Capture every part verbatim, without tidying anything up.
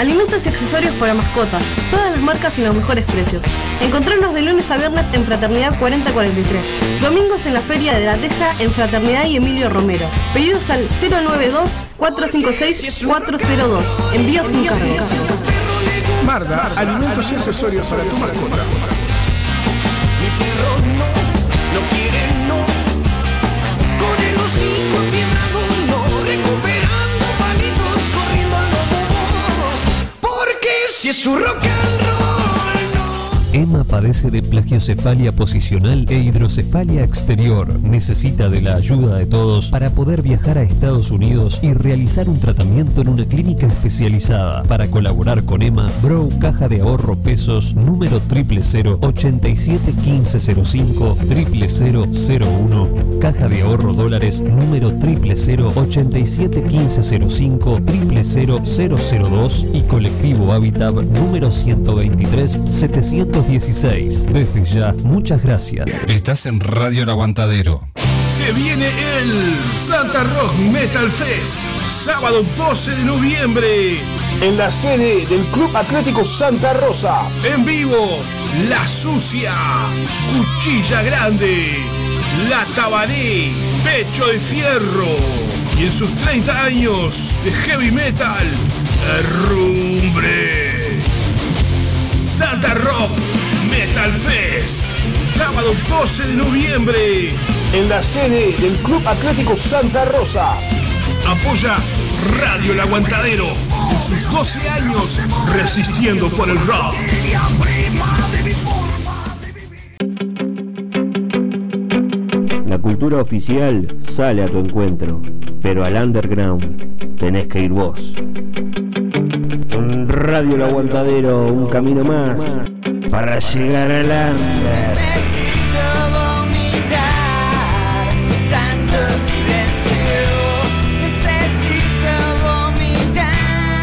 alimentos y accesorios para mascotas, todas las marcas y los mejores precios. Encontrarnos de lunes a viernes en Fraternidad cuarenta cuarenta y tres, domingos en la Feria de la Teja en Fraternidad y Emilio Romero. Pedidos al cero nueve dos, cuatro cinco seis, cuatro cero dos. Envíos sin cargo. Marda, alimentos y accesorios para tu mascota. Mi perro no, no quiere no. Con el hocico empiedrado no, recuperando palitos, corriendo al lobo. Porque si es su rock and roll. Emma padece de plagiocefalia posicional e hidrocefalia exterior. Necesita de la ayuda de todos para poder viajar a Estados Unidos y realizar un tratamiento en una clínica especializada. Para colaborar con Emma, Bro Caja de Ahorro Pesos número triple cero ochenta y siete quince cero cinco triple cero cero uno, Caja de Ahorro Dólares número triple cero ochenta y siete quince cero cinco triple cero cero cero dos y Colectivo Habitat número ciento veintitrés setecientos dieciséis. Desde ya, muchas gracias. Estás en Radio El Aguantadero. Se viene el Santa Rock Metal Fest, sábado doce de noviembre, en la sede del Club Atlético Santa Rosa. En vivo, La Sucia, Cuchilla Grande, La Tabaré, Pecho de Fierro. Y en sus treinta años de heavy metal, Herrumbre. Santa Rock Metal Fest, sábado doce de noviembre, en la sede del Club Atlético Santa Rosa. Apoya Radio El Aguantadero en sus doce años resistiendo por el rock. La cultura oficial sale a tu encuentro, pero al underground tenés que ir vos. Radio El Aguantadero, un camino más para llegar al under. Necesito vomitar, tanto silencio. Necesito vomitar.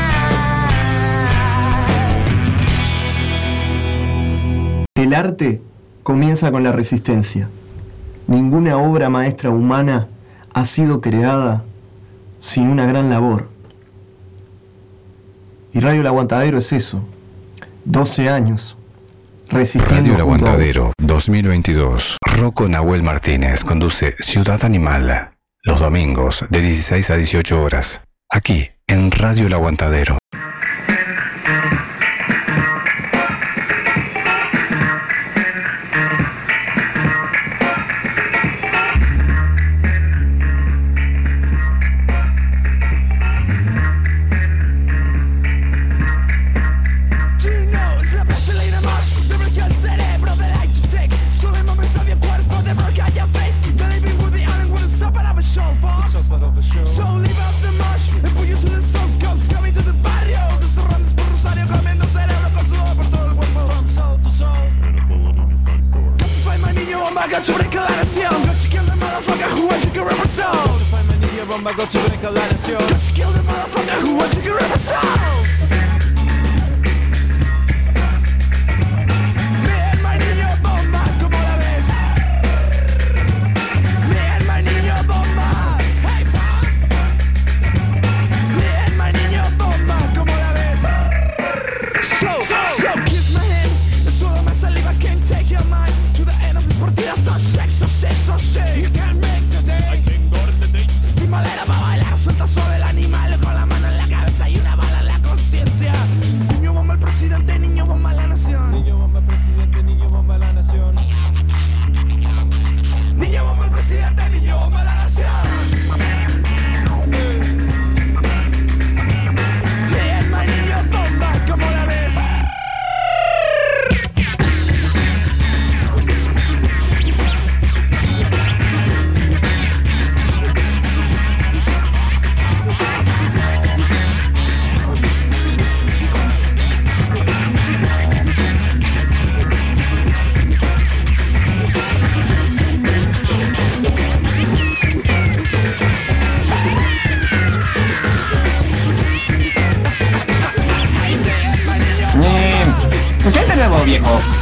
El arte comienza con la resistencia. Ninguna obra maestra humana ha sido creada sin una gran labor. Y Radio El Aguantadero es eso. doce años. Resistiendo. Radio El Aguantadero dos mil veintidós. Rocco Nahuel Martínez conduce Ciudad Animal. Los domingos de dieciséis a dieciocho horas. Aquí en Radio El Aguantadero. viejo.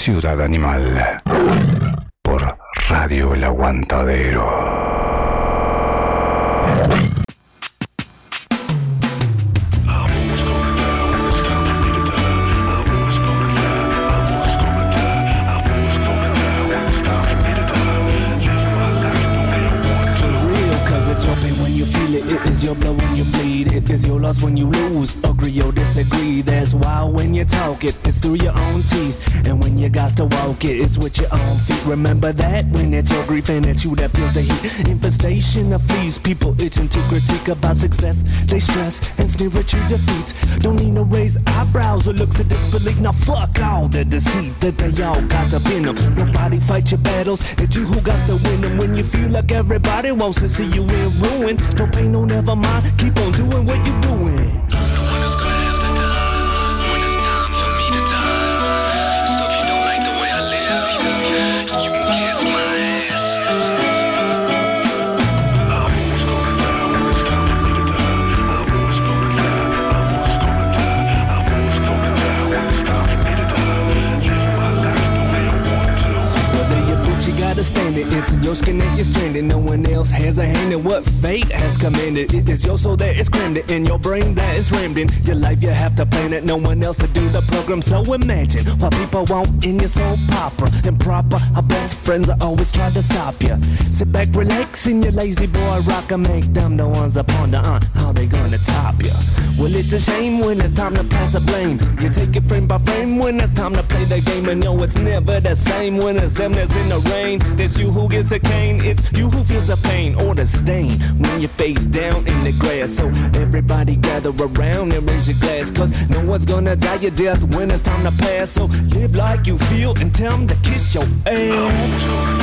Ciudad Animal por Radio El Aguantadero. It is your blood when you bleed, it is your loss when you lose. Agree or disagree, that's why when you talk it, it's through your own teeth. And when you got to walk it, it's with your own feet. Remember that when it's your grief and it's you that feels the heat. Infestation of fleas, people itching to critique about success. They stress and sneer at your defeats. Don't need no raised eyebrows or looks of disbelief. Now fuck all the deceit that they all got up in them. Nobody fight your battles, it's you who got to win them. When you feel like everybody wants to see you in ruin, no pain, no never mind, keep on doing what you're doing. Understand it, it's in your skin that you're stranded. No one else has a hand in what fate has commanded. It is your soul that is crammed it, in your brain that is rammed in. Your life you have to plan it, no one else to do the program. So imagine what people want in your soul proper and proper. Our best friends are always try to stop you. Sit back, relax, and your lazy boy rock and make them the ones up on the uh, how they gonna top you. Well, it's a shame when it's time to pass the blame. You take it frame by frame when it's time to play the game. And no, it's never the same when it's them that's in the rain. It's you who gets a cane, it's you who feels the pain or the stain when you're face down in the grass. So everybody gather around and raise your glass, cause no one's gonna die your death when it's time to pass. So live like you feel and tell them to kiss your ass.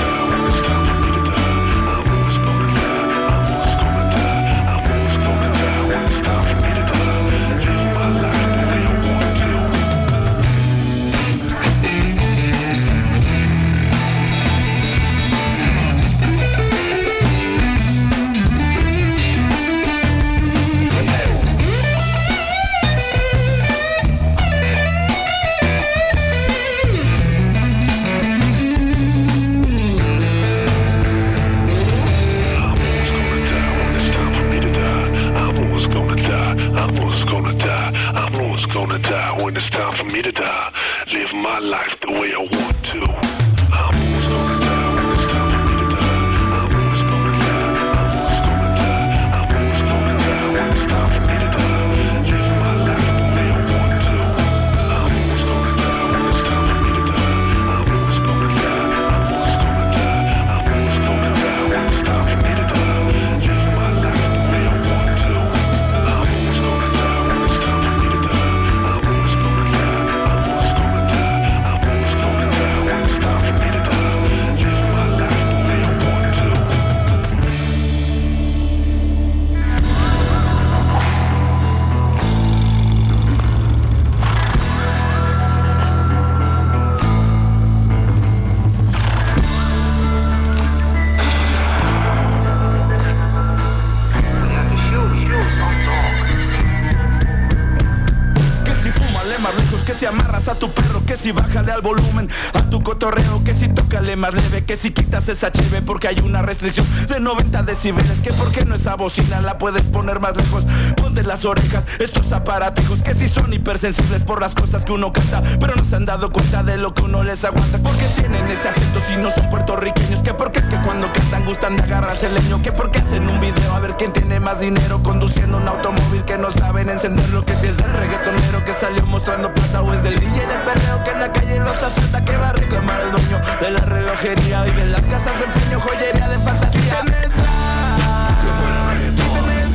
Si bájale al volumen a tu cotorreo, que si tócale más leve, que si quitas esa cheve porque hay una restricción de noventa decibeles, que porque no esa bocina la puedes poner más lejos. Ponte las orejas, estos aparatejos que si son hipersensibles por las cosas que uno canta, pero no se han dado cuenta de lo que uno les aguanta, porque tienen ese acento si no son puertorriqueños, que porque es que cuando cantan gustan de agarrarse el leño, que porque hacen un video a ver quién tiene más dinero conduciendo un automóvil, que no saben encenderlo, que si es del reggaetonero que salió mostrando plata o es del D J del perreo que en la calle los asalta, que va a reclamar el dueño de la relojería y de las casas de empeño, joyería de fantasía. Quiten el trap, quiten el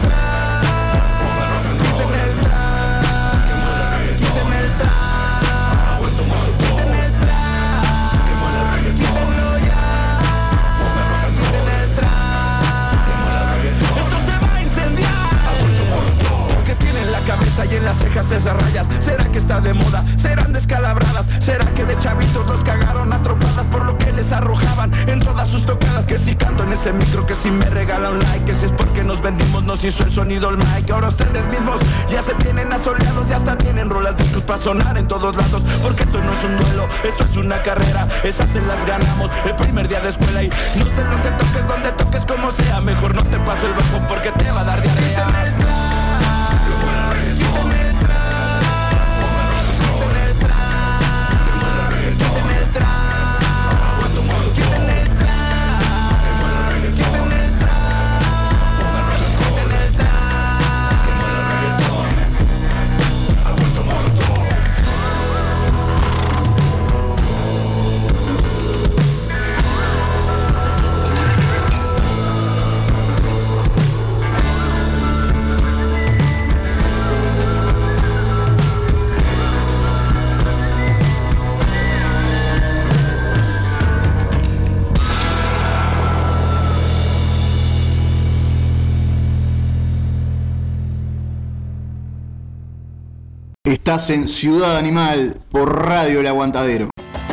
trap, quiten el trap, quiten el trap, quiten el trap, quítenlo ya, quiten el trap. Esto se va a incendiar, porque tienen la cabeza y en las cejas esas rayas. ¿Será que está de moda? ¿Serán descalabradas? ¿Será que de chavitos los cagaron a trompadas por lo que les desarrojaban en todas sus tocadas. Que si canto en ese micro, que si me regala un like, que si es porque nos vendimos, nos hizo el sonido el mic. Ahora ustedes mismos ya se tienen asoleados, ya hasta tienen rolas discos para sonar en todos lados. Porque esto no es un duelo, esto es una carrera, esas se las ganamos el primer día de escuela. Y no sé lo que toques, donde toques, como sea, mejor no te paso el bajo porque te va a dar diarrea. Estás en Ciudad Animal por Radio El Aguantadero.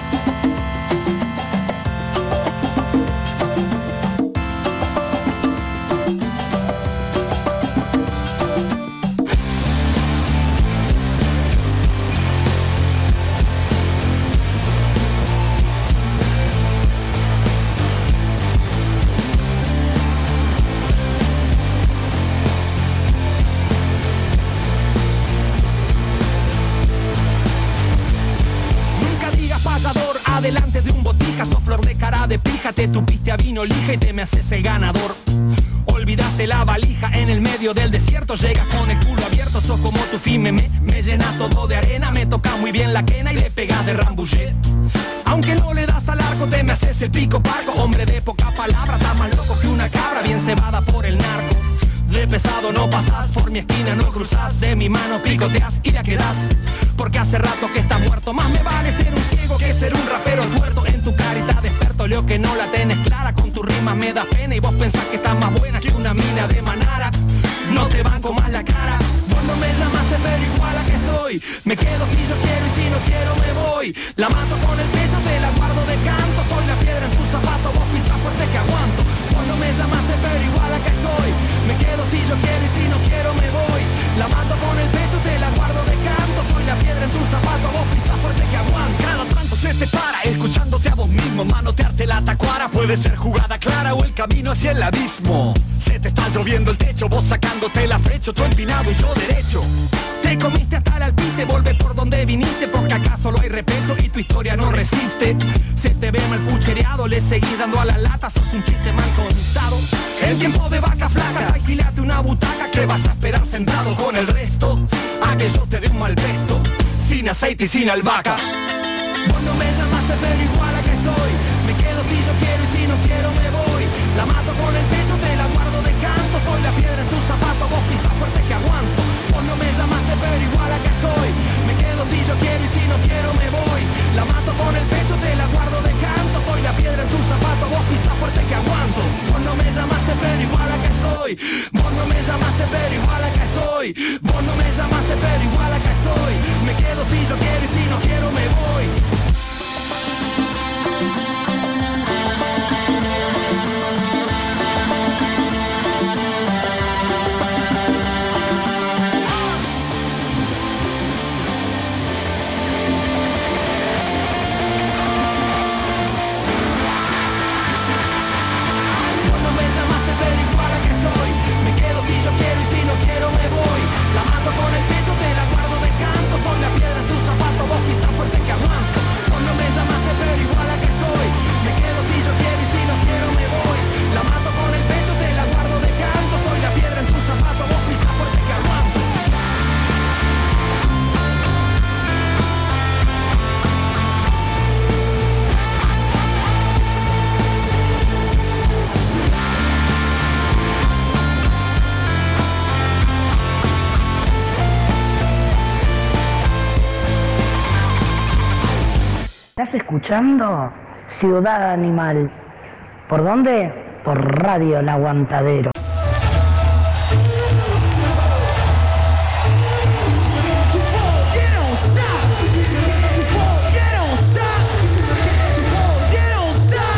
Delante de un botija, sos flor de cara de pija, te tupiste a vino lija y te me haces el ganador. Olvidaste la valija en el medio del desierto, llegas con el culo abierto, sos como tu fin, me, me, me llenas todo de arena, me tocas muy bien la quena y le pegas de Rambouillet. Aunque no le das al arco, te me haces el pico parco, hombre de poca palabra, tan más loco que una cabra bien cebada por el narco. De pesado no pasás, por mi esquina no cruzás, de mi mano picoteás y ya quedás. Porque hace rato que estás muerto, más me vale ser un ciego que ser un rapero tuerto. En tu carita desperto, leo que no la tenés clara, con tu rima me da pena y vos pensás que estás más buena que una mina de Manara. No te banco más la cara, vos no me llamaste pero igual a que estoy. Me quedo si yo quiero y si no quiero me voy. La mato con el pecho, te la guardo de canto. Soy la piedra en tu zapato, vos pisás fuerte que aguanto. Vos no me llamaste pero igual a que estoy. Me quedo si yo quiero y si no quiero me voy. La mato con el pecho, te la guardo de canto. Soy la piedra en tu zapato, vos pisás fuerte que aguanto. Cada tanto se te para, escuchándote a vos mismo. Manotearte la tacuara puede ser jugada clara o el camino hacia el abismo. Se te está lloviendo el techo, vos sacándote la fecho, tú empinado y yo derecho. Te comiste hasta el alpiste, volve por donde viniste, porque acá solo hay repecho y tu historia no resiste. Se te ve mal puchereado, le seguís dando a la lata, sos un chiste mal contado. En tiempo de vacas flacas, alquilate una butaca que vas a esperar sentado con el resto. A que yo te dé un mal pesto, sin aceite y sin albahaca. Vos no me llamaste pero igual a que estoy. Me quedo si yo quiero y si no quiero me voy. La mato con el pecho, te la guardo de canto. Soy la piedra en tu zapato, vos pisás fuerte que aguanto. Vos no me llamaste pero igual a que estoy. Me quedo si yo quiero y si no quiero me voy. La mato con el pecho, te la guardo de canto. Soy la piedra en tu zapato, vos pisás fuerte que aguanto. Vos no me llamaste pero igual a que estoy. Vos no me llamaste pero igual a que estoy. Vos no me llamaste pero igual a que estoy. Me quedo si yo quiero y si no quiero me voy. Estás escuchando Ciudad Animal. ¿Por dónde? Por Radio El Aguantadero. Get on, stop!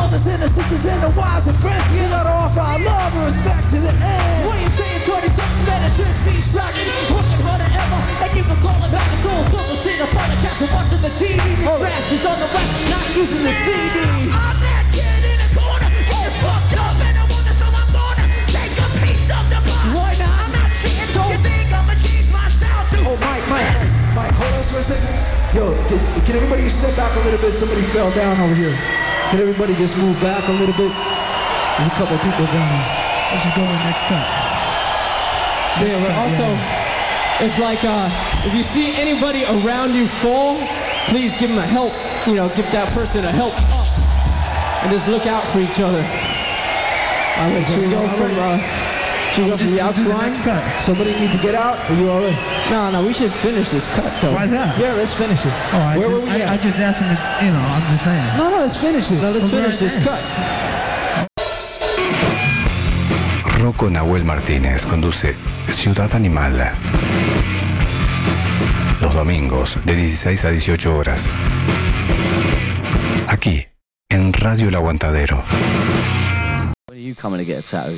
brothers and the sisters and the wives and friends, we gotta offer our love and respect to the end. What you saying, twenty-something men should be slacking, working harder ever, and you can call it back. It's all sort of shit upon the couch and watching the T V. The scratch is on the rack, not using the C D. I'm that kid in the corner, all fucked up, and I wonder so I'm gonna take a piece of the pie. Why not? I'm not shitting, so you think I'ma change my style too? Oh, Mike, Mike, Mike, hold on for a second. Yo, just, can everybody step back a little bit? Somebody fell down over here. Can everybody just move back a little bit? There's a couple of people down here. Let's just go to the next cut. Yeah, but also, if like, uh, if you see anybody around you fall, please give them a help, you know, give that person a help up. And just look out for each other. All right, should we go from, uh, should we go from the outline? Somebody need to get out? Are you all right? No, no, we should finish this cut, though. Why that? Yeah, let's finish it. Oh, I Where just, were we I, at? I just asked him, to, you know, I'm just saying. No, no, let's finish it. No, let's finish this cut. Rocco Nahuel Martínez conduce Ciudad Animal. Los domingos de dieciséis a dieciocho horas. Aquí, en Radio El Aguantadero. When are you coming to get a tattoo?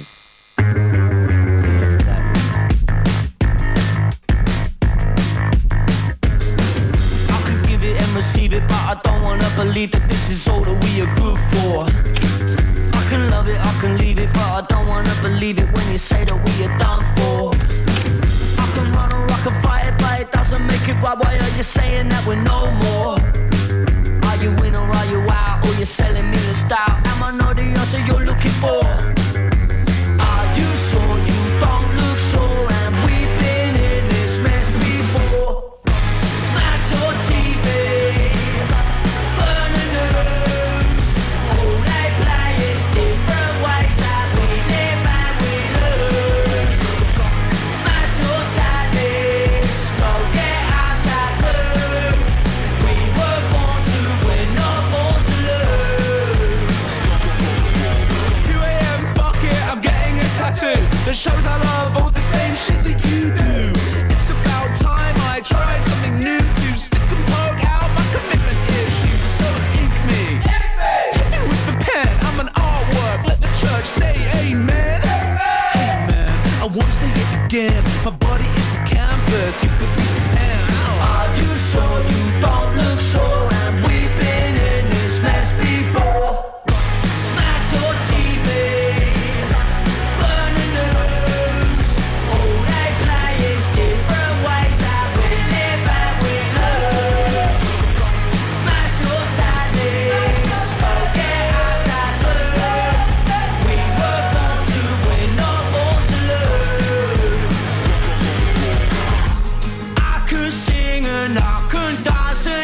I could give it and receive it, but I don't wanna believe that this is all that we are good for. I can love it, I can leave it, but I don't wanna believe it when you say that we are done for. I can run or I can fight it, but it doesn't make it right. Why are you saying that we're no more? Are you in or are you out? Or you're selling me the style? Am I not the answer you're looking for? Are you sure you don't look sure? And we've been in this mess before. Smash your T V, burn the news. All they play is different ways that we live and we lose. Smash your sadness, go get our tattoo. We were born to win, not born to lose. It's two a m, fuck it, I'm getting a tattoo that shows I love all the same shit that you do. It's about time I tried something new to stick and poke out my commitment issues. So ink me, hit me with the pen, I'm an artwork, let the church say amen. Amen, I wanna say it again, my body is the canvas, you could be the pen. Are you sure you don't look sure? And we've been in this mess before. Smash your T V, burn the news. All they play is different ways that we live and we lose. Smash your sadness, go get our tattoo. We were born to win, not born to lose. I could sing and I could dance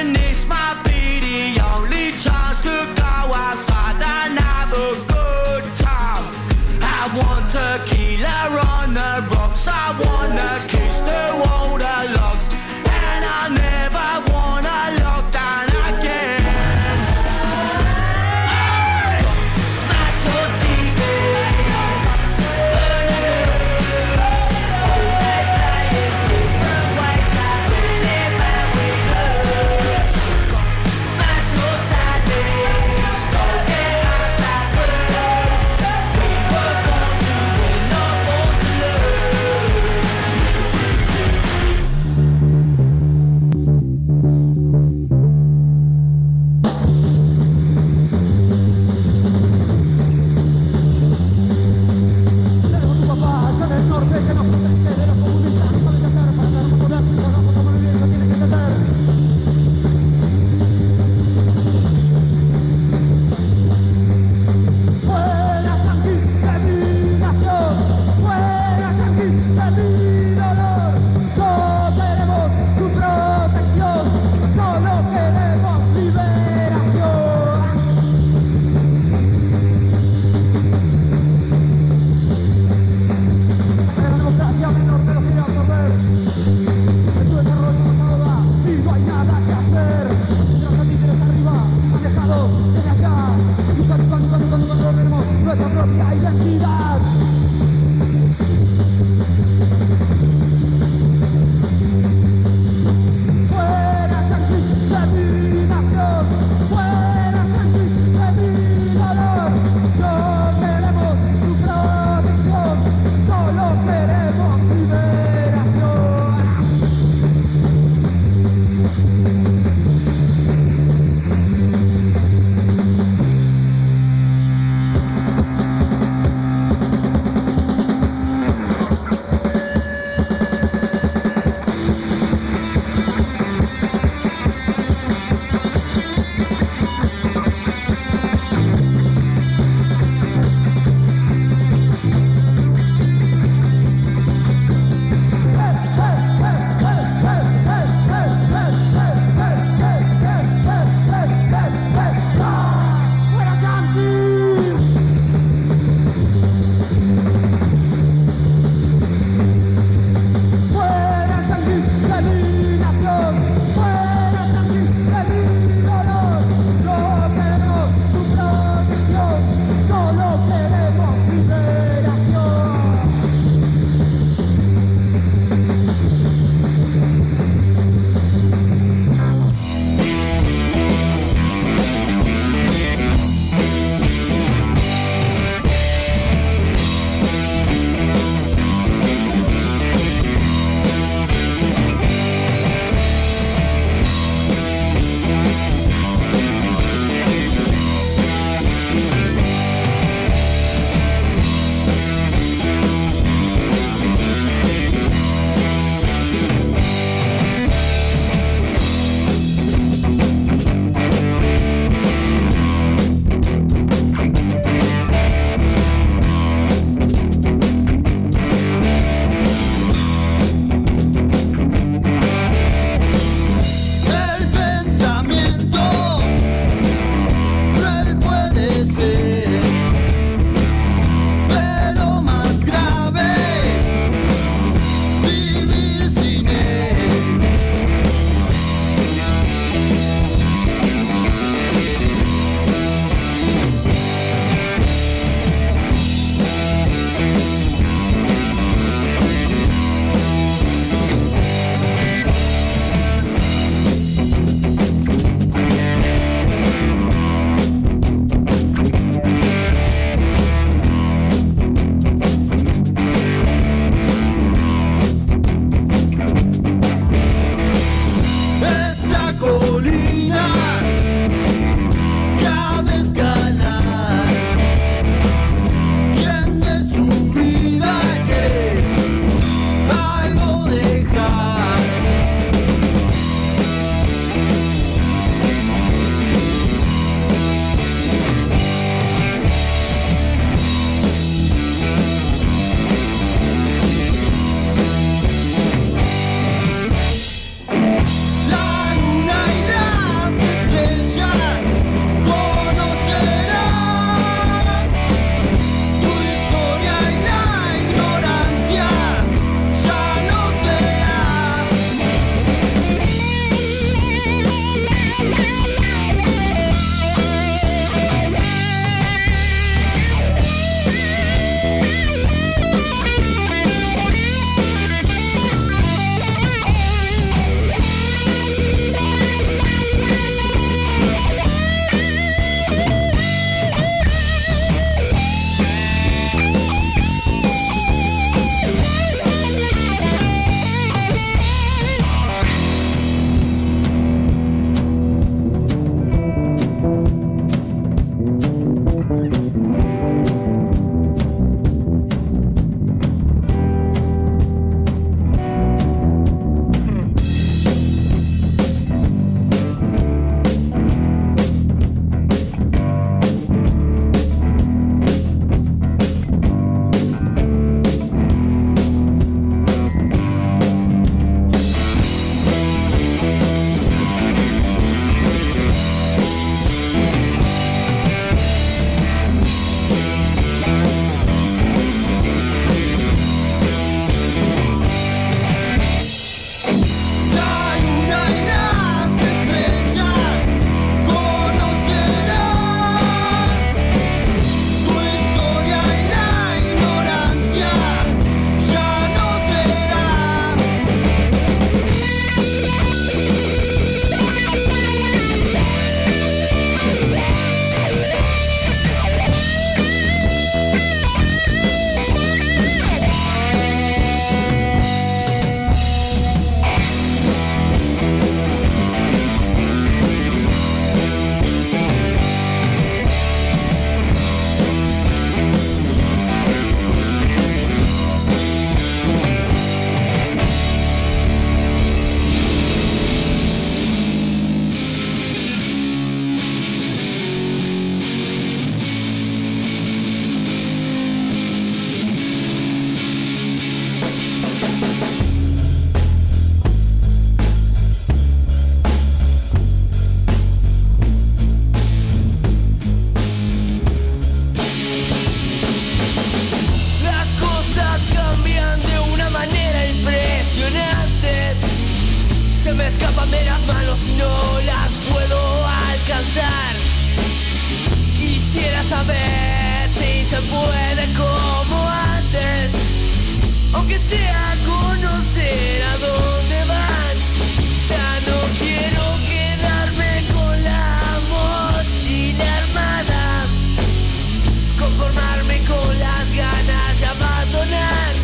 me escapan de las manos y no las puedo alcanzar. Quisiera saber si se puede como antes, aunque sea conocer a dónde van. Ya no quiero quedarme con la mochila armada, conformarme con las ganas de abandonar.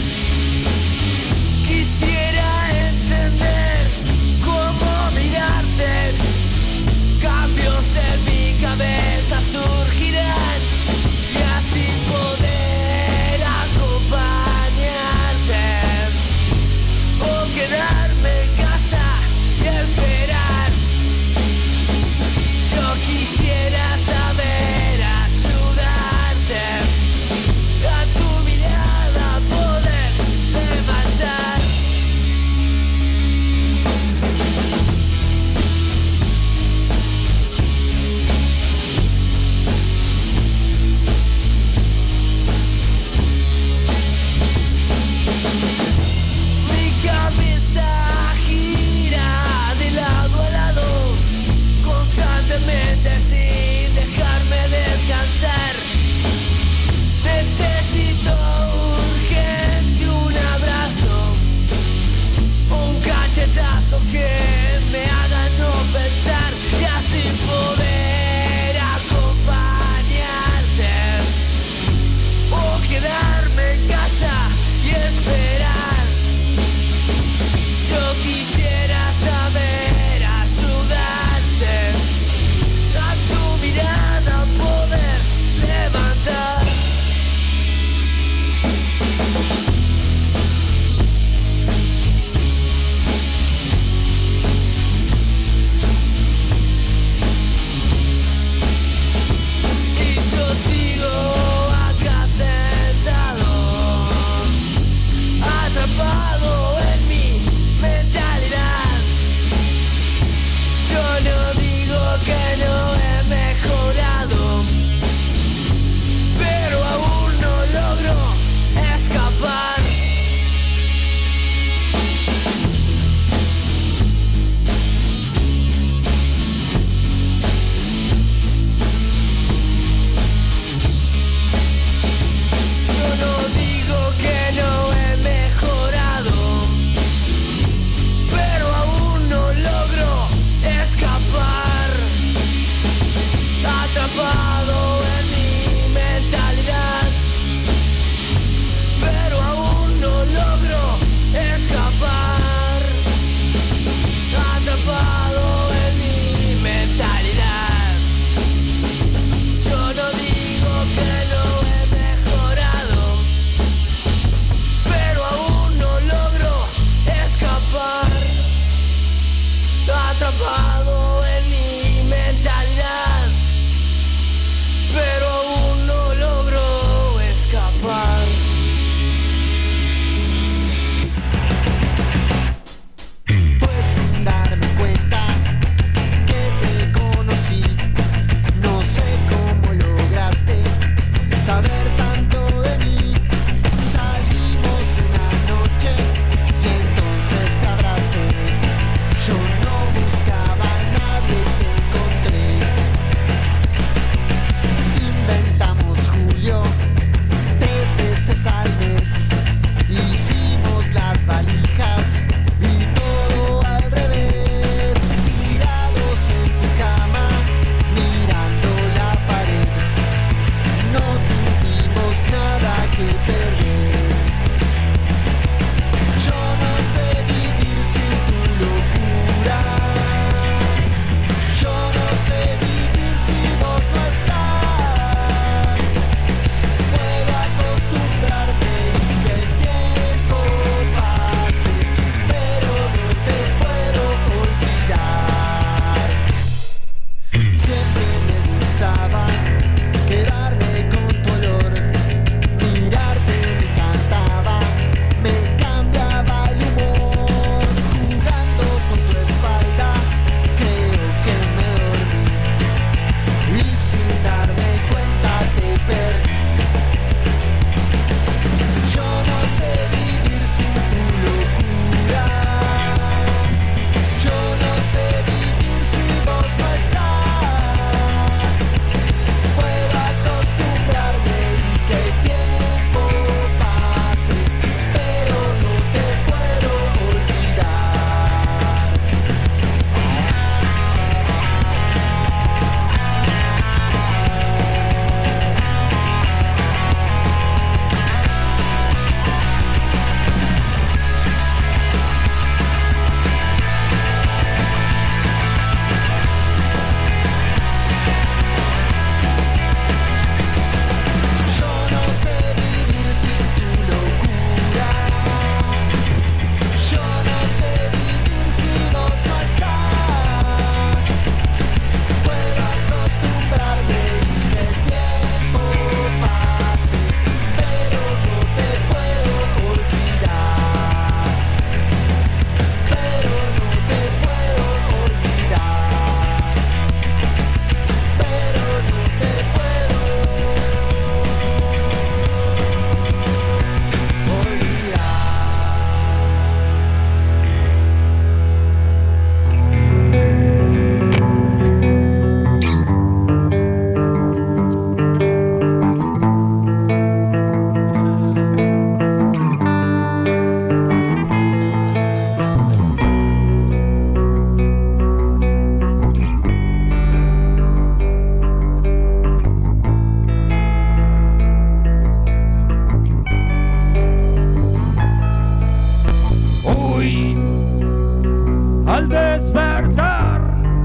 Quisiera entender cómo mirarte, cambios en mi cabeza surgirán y así poder acompañarte. Al despertar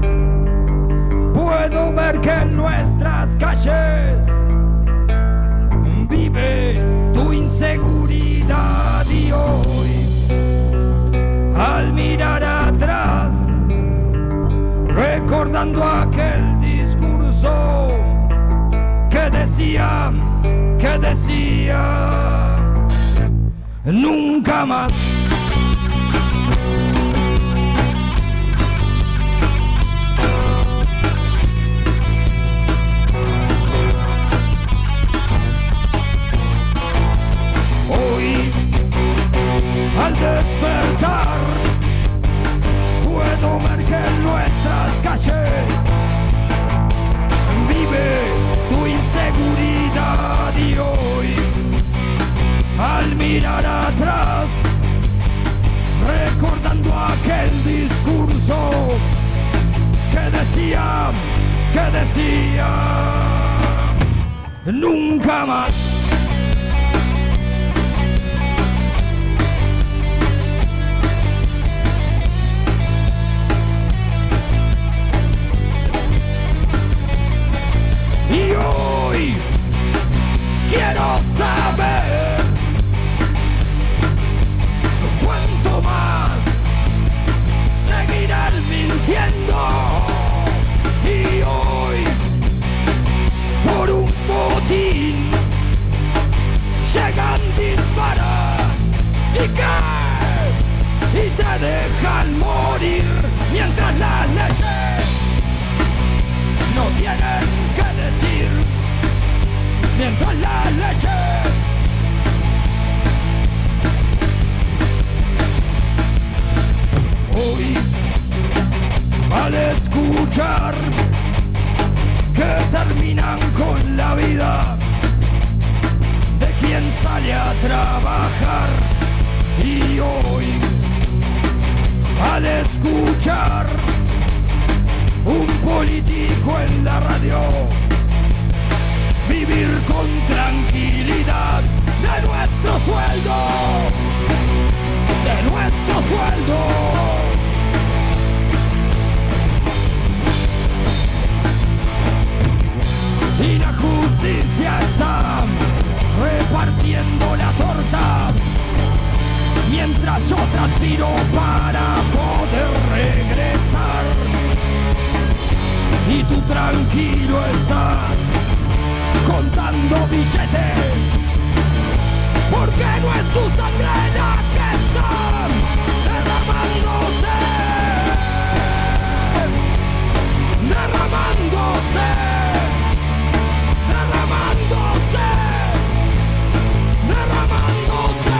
puedo ver que en nuestras calles vive tu inseguridad y hoy al mirar atrás recordando aquel discurso que decía, que decía nunca más. Hoy, al despertar, puedo ver que en nuestras calles vive tu inseguridad y hoy, al mirar atrás, recordando aquel discurso que decía, que decía, nunca más. Y hoy quiero saber cuánto más seguirán mintiendo. Y hoy por un botín llegan, disparan y caen y te dejan morir mientras las leyes no tienen que decir, mientras las leyes hoy al escuchar que terminan con la vida de quien sale a trabajar y hoy al escuchar un político en la radio vivir con tranquilidad de nuestro sueldo, de nuestro sueldo. Y la justicia está repartiendo la torta mientras yo transpiro para poder regresar. Y tú tranquilo estás contando billetes, porque no es tu sangre la que está derramándose, derramándose, derramándose, derramándose.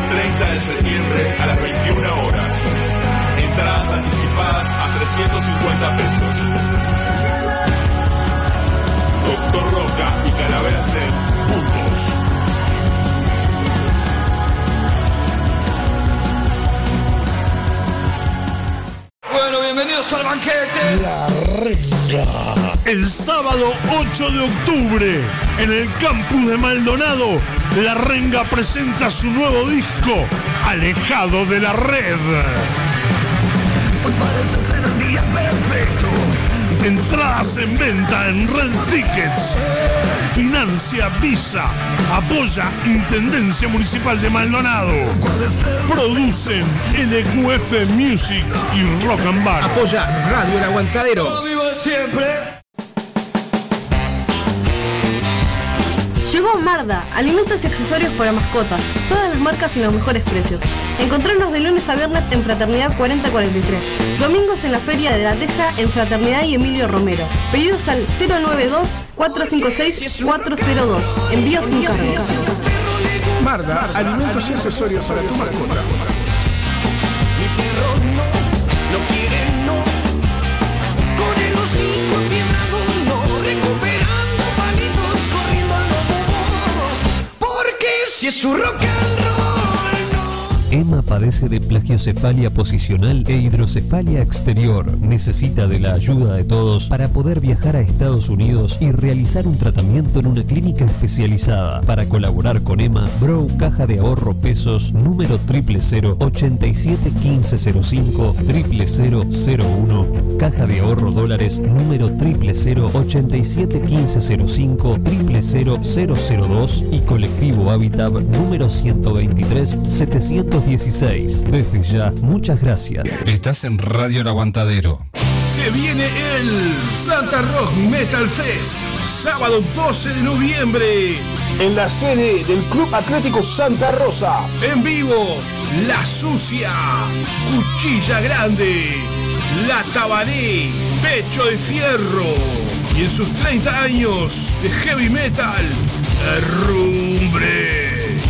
treinta de septiembre a las veintiuna horas. Entradas anticipadas a trescientos cincuenta pesos. Doctor Roca y Calavera Zen, juntos. Bueno, bienvenidos al banquete. La Renga. El sábado ocho de octubre, en el campus de Maldonado, La Renga presenta su nuevo disco, Alejado de la Red. Hoy parece ser el día perfecto. Entradas en venta en Red Tickets. Financia Visa. Apoya Intendencia Municipal de Maldonado. Producen L Q F Music y Rock and Bar. Apoya Radio El Aguantadero. ¡Viva siempre! Llegó Marda, alimentos y accesorios para mascotas, todas las marcas y los mejores precios. Encontrarnos de lunes a viernes en Fraternidad cuarenta cuarenta y tres, domingos en la Feria de la Teja en Fraternidad y Emilio Romero. Pedidos al cero nueve dos, cuatro cinco seis, cuatro cero dos. Envío sin cargo. Marda, alimentos y accesorios para tu mascota. Mi perro no, no quiere no. Con el hocico enfiebrado no, recuperando palitos, corriendo al lobo. Porque si es su rock and roll. Emma padece de plagiocefalia posicional e hidrocefalia exterior. Necesita de la ayuda de todos para poder viajar a Estados Unidos y realizar un tratamiento en una clínica especializada. Para colaborar con Emma, Bro Caja de Ahorro Pesos número triple cero ochenta y siete quince cero cinco triple cero cero uno, Caja de Ahorro Dólares número triple cero ochenta y siete quince cero cinco triple cero cero cero dos y Colectivo Habitat número ciento veintitrés setecientos dieciséis. Desde ya, muchas gracias. Estás en Radio El Aguantadero. Se viene el Santa Rock Metal Fest, sábado doce de noviembre. En la sede del Club Atlético Santa Rosa. En vivo, La Sucia, Cuchilla Grande, La Tabaré, Pecho de Fierro. Y en sus treinta años de heavy metal, Herrumbre.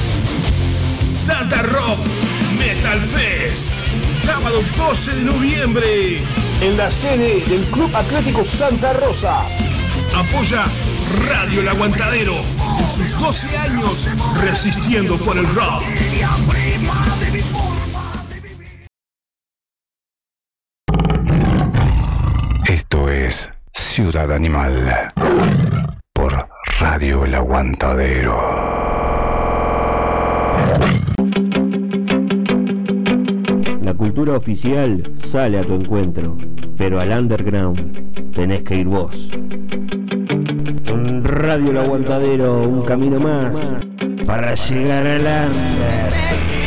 Santa Rock Metal Fest, sábado doce de noviembre. En la sede del Club Atlético Santa Rosa. Apoya Radio El Aguantadero en sus doce años resistiendo por el rock. Esto es Ciudad Animal por Radio El Aguantadero. La cultura oficial sale a tu encuentro, pero al underground tenés que ir vos. Radio El Aguantadero, un camino más para llegar al under.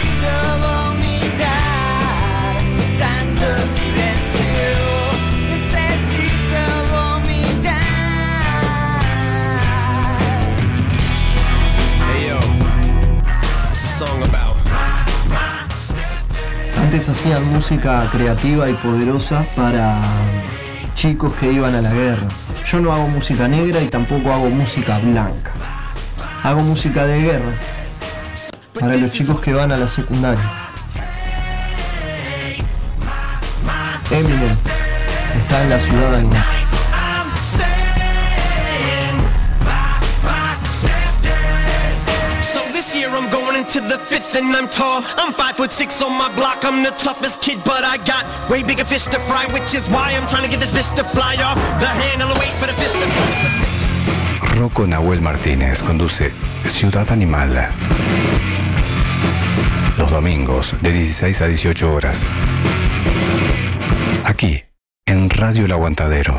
Antes hacían música creativa y poderosa para chicos que iban a la guerra. Yo no hago música negra y tampoco hago música blanca. Hago música de guerra para los chicos que van a la secundaria. Eminem está en la ciudad animal. I'm going into the fifth and I'm tall. I'm five foot six on my block. I'm the toughest kid, but I got way bigger fish to fry, which is why I'm trying to get this bitch to fly off the handle and wait for the fist to... Rocco Nahuel Martínez conduce Ciudad Animal. Los domingos de dieciséis a dieciocho horas. Aquí, en Radio El Aguantadero.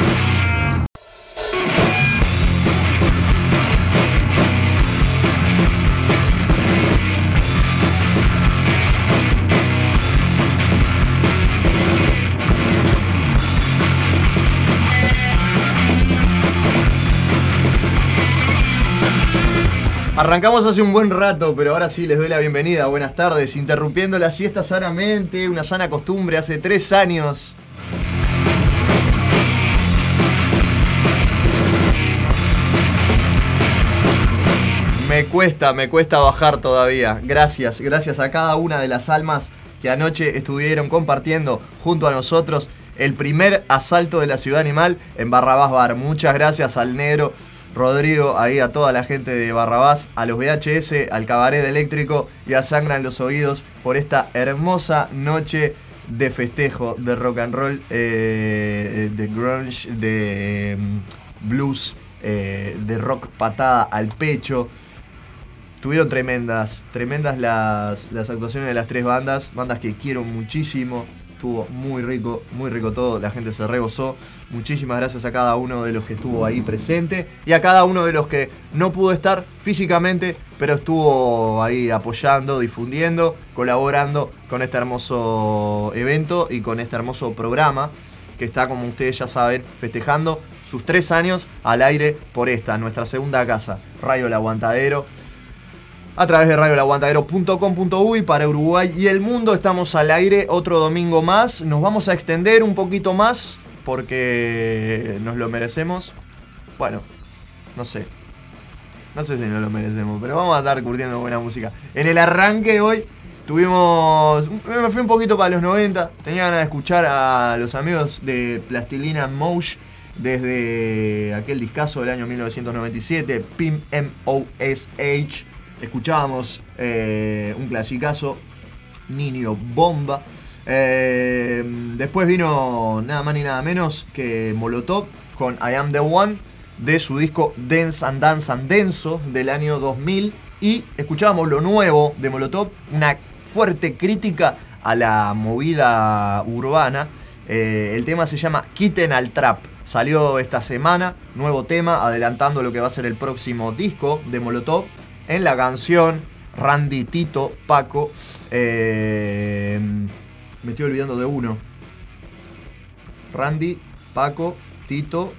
Arrancamos hace un buen rato, pero ahora sí les doy la bienvenida. Buenas tardes, interrumpiendo la siesta sanamente, una sana costumbre hace tres años. Me Me cuesta, me cuesta bajar todavía. Gracias, gracias a cada una de las almas que anoche estuvieron compartiendo junto a nosotros el primer asalto de la Ciudad Animal en Barrabás Bar. Muchas gracias al negro Rodrigo, ahí a toda la gente de Barrabás, a los V H S, al Cabaret Eléctrico y a Sangran los Oídos por esta hermosa noche de festejo, de rock and roll, eh, de grunge, de eh, blues, eh, de rock patada al pecho. Tuvieron tremendas, tremendas las, las actuaciones de las tres bandas, bandas que quiero muchísimo. Estuvo muy rico, muy rico todo, la gente se regozó. Muchísimas gracias a cada uno de los que estuvo ahí presente y a cada uno de los que no pudo estar físicamente, pero estuvo ahí apoyando, difundiendo, colaborando con este hermoso evento y con este hermoso programa que está, como ustedes ya saben, festejando sus tres años al aire por esta, nuestra segunda casa, Radio El Aguantadero. A través de radio el aguantadero punto com punto uy para Uruguay y el mundo. Estamos al aire otro domingo más. Nos vamos a extender un poquito más porque nos lo merecemos. Bueno, no sé. No sé si nos lo merecemos, pero vamos a estar curtiendo buena música. En el arranque hoy tuvimos... Me fui un poquito para los noventa. Tenía ganas de escuchar a los amigos de Plastilina Mosh desde aquel discazo del año mil novecientos noventa y siete, P I M M O S H. Escuchábamos eh, un clasicazo, Niño Bomba. Eh, después vino nada más ni nada menos que Molotov con I Am The One de su disco Dance and Dance and Denso del año dos mil. Y escuchábamos lo nuevo de Molotov, una fuerte crítica a la movida urbana. Eh, el tema se llama Quiten al Trap. Salió esta semana, nuevo tema, adelantando lo que va a ser el próximo disco de Molotov. En la canción, Randy, Tito, Paco, eh, me estoy olvidando de uno. Randy, Paco, Tito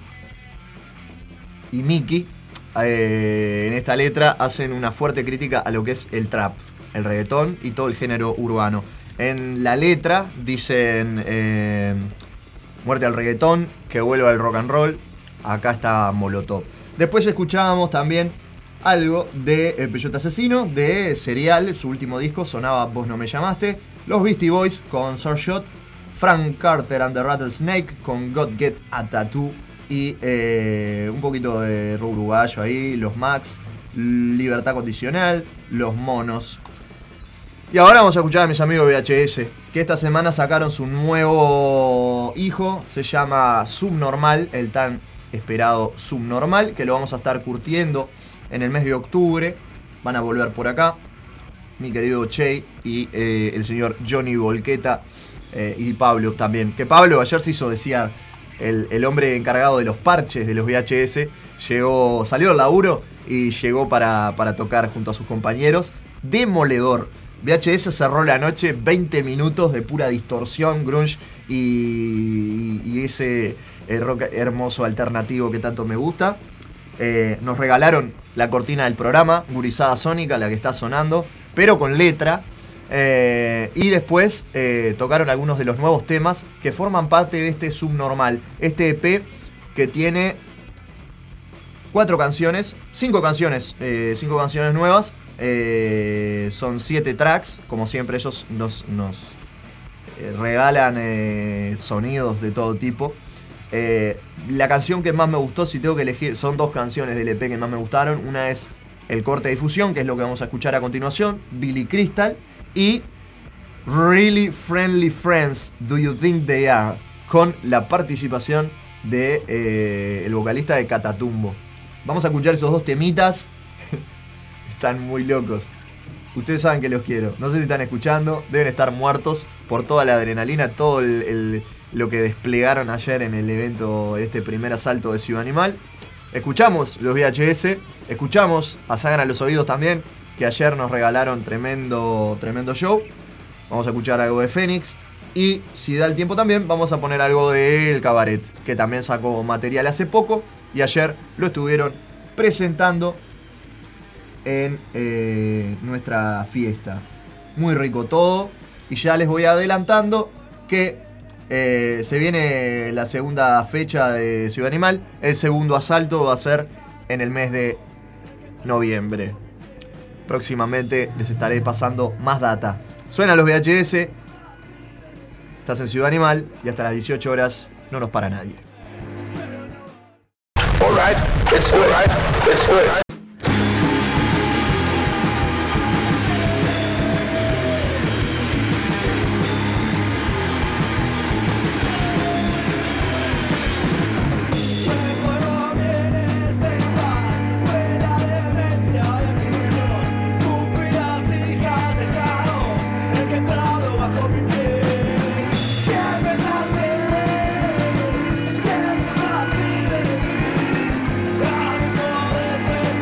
y Miki, eh, en esta letra hacen una fuerte crítica a lo que es el trap, el reggaetón y todo el género urbano. En la letra dicen eh, muerte al reggaetón, que vuelva el rock and roll. Acá está Molotov. Después escuchábamos también algo de El Peyote Asesino, de Serial, su último disco, sonaba Vos No Me Llamaste. Los Beastie Boys con Short, Frank Carter and the Rattlesnake con God Get a Tattoo y eh, un poquito de rock uruguayo ahí, Los Max, Libertad Condicional, Los Monos. Y ahora vamos a escuchar a mis amigos V H S, que esta semana sacaron su nuevo hijo, se llama Subnormal, el tan esperado Subnormal, que lo vamos a estar curtiendo en el mes de octubre. Van a volver por acá mi querido Che y eh, el señor Johnny Volqueta eh, y Pablo también. Que Pablo ayer se hizo desear, el, el hombre encargado de los parches de los V H S, llegó, salió del laburo y llegó para, para tocar junto a sus compañeros. Demoledor. V H S cerró la noche, veinte minutos de pura distorsión, grunge y, y ese eh, rock hermoso alternativo que tanto me gusta. Eh, nos regalaron la cortina del programa, Gurizada Sónica, la que está sonando, pero con letra. Eh, y después eh, tocaron algunos de los nuevos temas que forman parte de este Subnormal, este E P que tiene cuatro canciones, cinco canciones, eh, cinco canciones nuevas. Eh, son siete tracks, como siempre ellos nos, nos eh, regalan eh, sonidos de todo tipo. Eh, la canción que más me gustó, si tengo que elegir, son dos canciones del E P que más me gustaron. Una es el corte de difusión, que es lo que vamos a escuchar a continuación, Billy Crystal, y Really Friendly Friends, Do You Think They Are, con la participación de eh, el vocalista de Catatumbo. Vamos a escuchar esos dos temitas. Están muy locos. Ustedes saben que los quiero. No sé si están escuchando. Deben estar muertos por toda la adrenalina, todo el, el, lo que desplegaron ayer en el evento, este primer asalto de Ciudad Animal. Escuchamos los V H S. Escuchamos a Sangran los Oídos también, que ayer nos regalaron tremendo, tremendo show. Vamos a escuchar algo de Fénix. Y si da el tiempo también, vamos a poner algo del Cabaret, que también sacó material hace poco. Y ayer lo estuvieron presentando en eh, nuestra fiesta. Muy rico todo. Y ya les voy adelantando que eh, se viene la segunda fecha de Ciudad Animal. El segundo asalto va a ser en el mes de noviembre. próximamente les estaré pasando más data. Suenan los V H S, estás en Ciudad Animal y hasta las dieciocho horas no nos para nadie. All right, let's do it. All right, let's do it. Bajo mi piel, siempre más libre,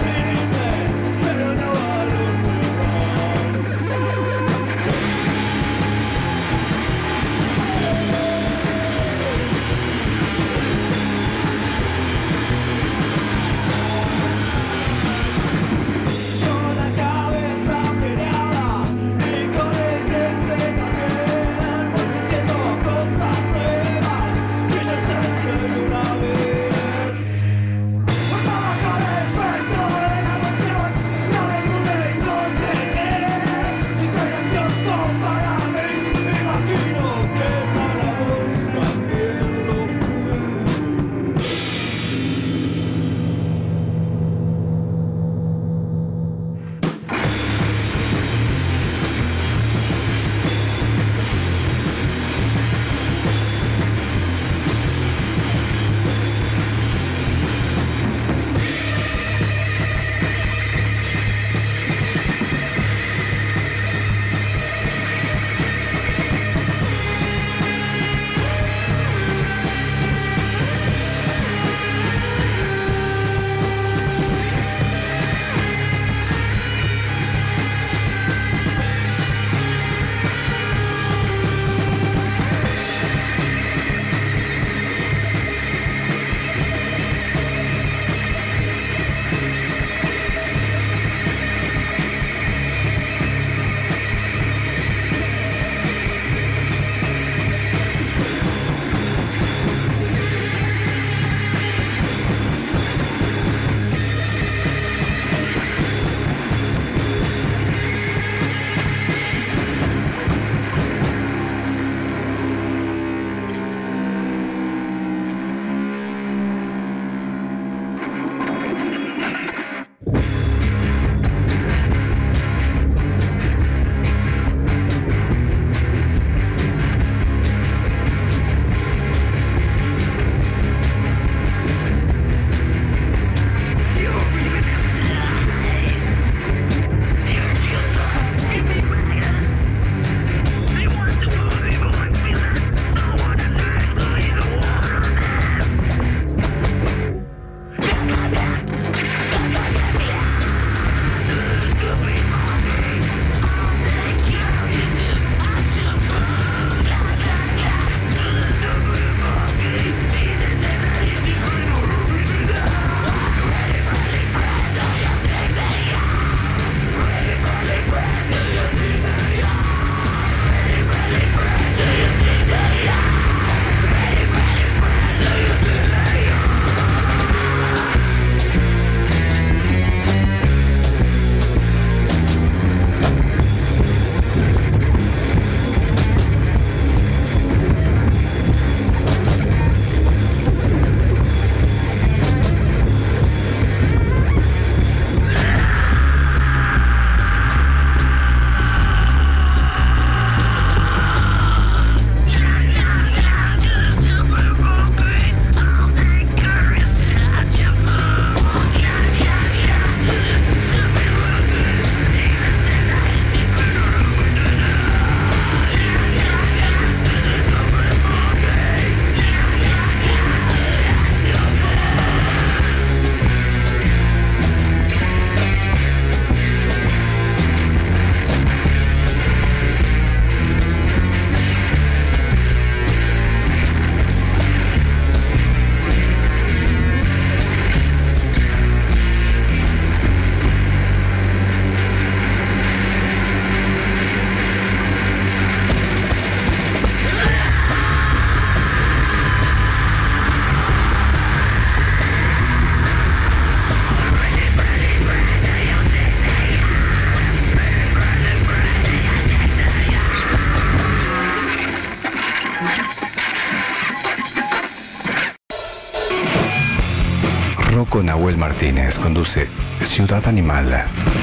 Martínez conduce Ciudad Animal.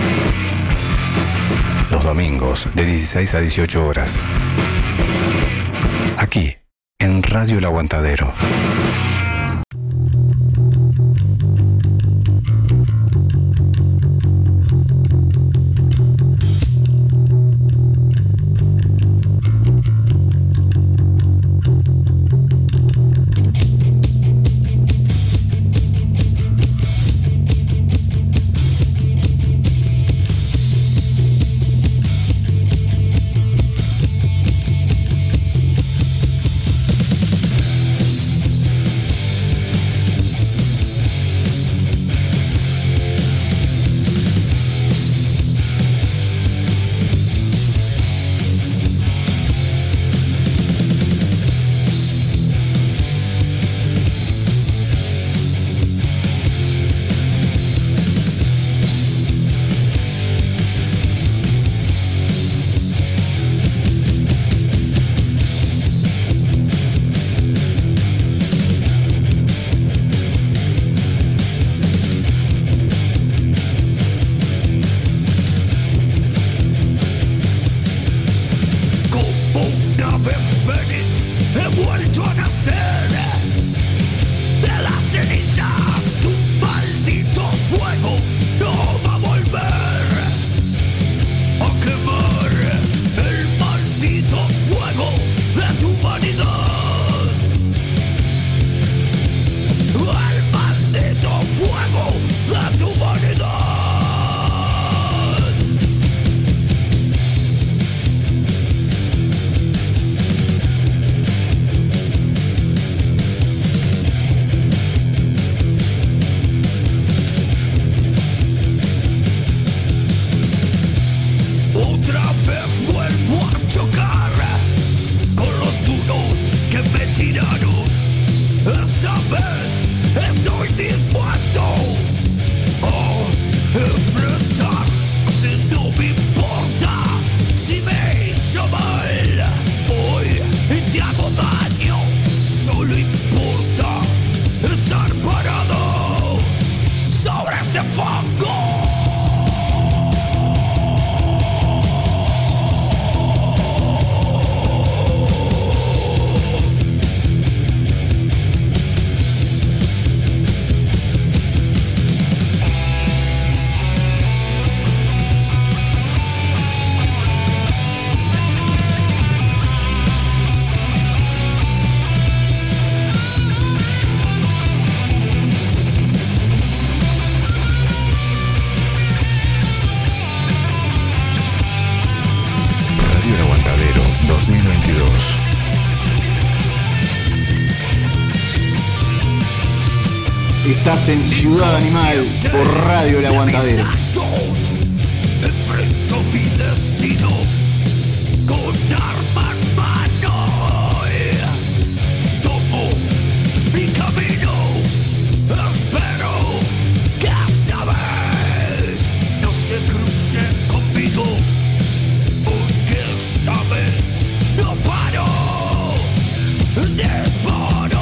Los domingos de dieciséis a dieciocho horas. Aquí, en Radio El Aguantadero. Estás en Ciudad Animal por Radio El Aguantadero. Enfrento mi destino con arma en mano. Tomo mi camino. Espero que esta vez no se crucen conmigo, porque esta vez no paro de paro.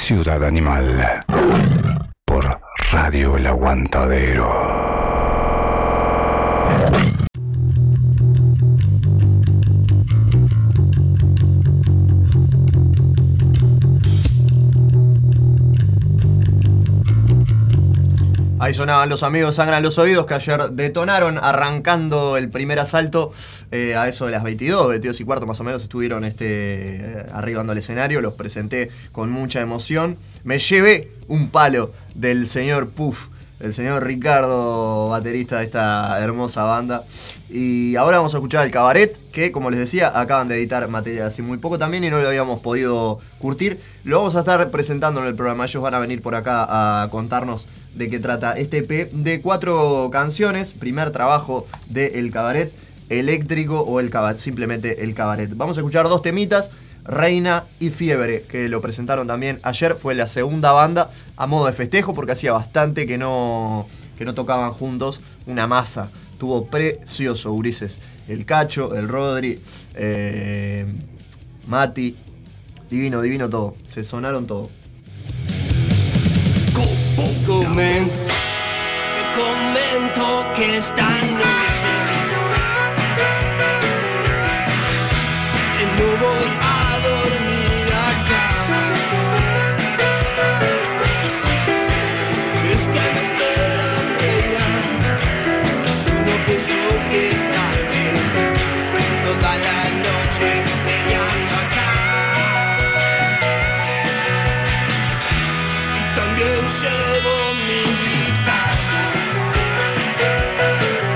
Ciudad Animal por Radio El Aguantadero. Ahí sonaban los amigos Sangran los Oídos, que ayer detonaron arrancando el primer asalto eh, a eso de las veintidós, veintidós y cuarto más o menos estuvieron este, eh, arribando al escenario. Los presenté con mucha emoción. Me llevé un palo del señor Puff, el señor Ricardo, baterista de esta hermosa banda. Y ahora vamos a escuchar al Cabaret, que como les decía, acaban de editar material hace muy poco también y no lo habíamos podido curtir. Lo vamos a estar presentando en el programa. Ellos van a venir por acá a contarnos de qué trata este E P de cuatro canciones. Primer trabajo de El Cabaret, Eléctrico o el Cabaret, simplemente El Cabaret. Vamos a escuchar dos temitas. Reina y Fiebre, que lo presentaron también ayer, fue la segunda banda a modo de festejo porque hacía bastante que no, que no tocaban juntos. Una masa, tuvo precioso, Ulises. El Cacho, el Rodri, eh, Mati, divino, divino todo, se sonaron todo. Comen, te comento que esta noche no voy a dormir acá. Es que me esperan, reina. Yo no pienso quedarme toda la noche peleando acá. Y también llevo mi guitarra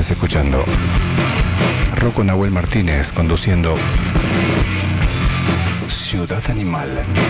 Estás escuchando Rocco Nahuel Martínez conduciendo Ciudad Animal.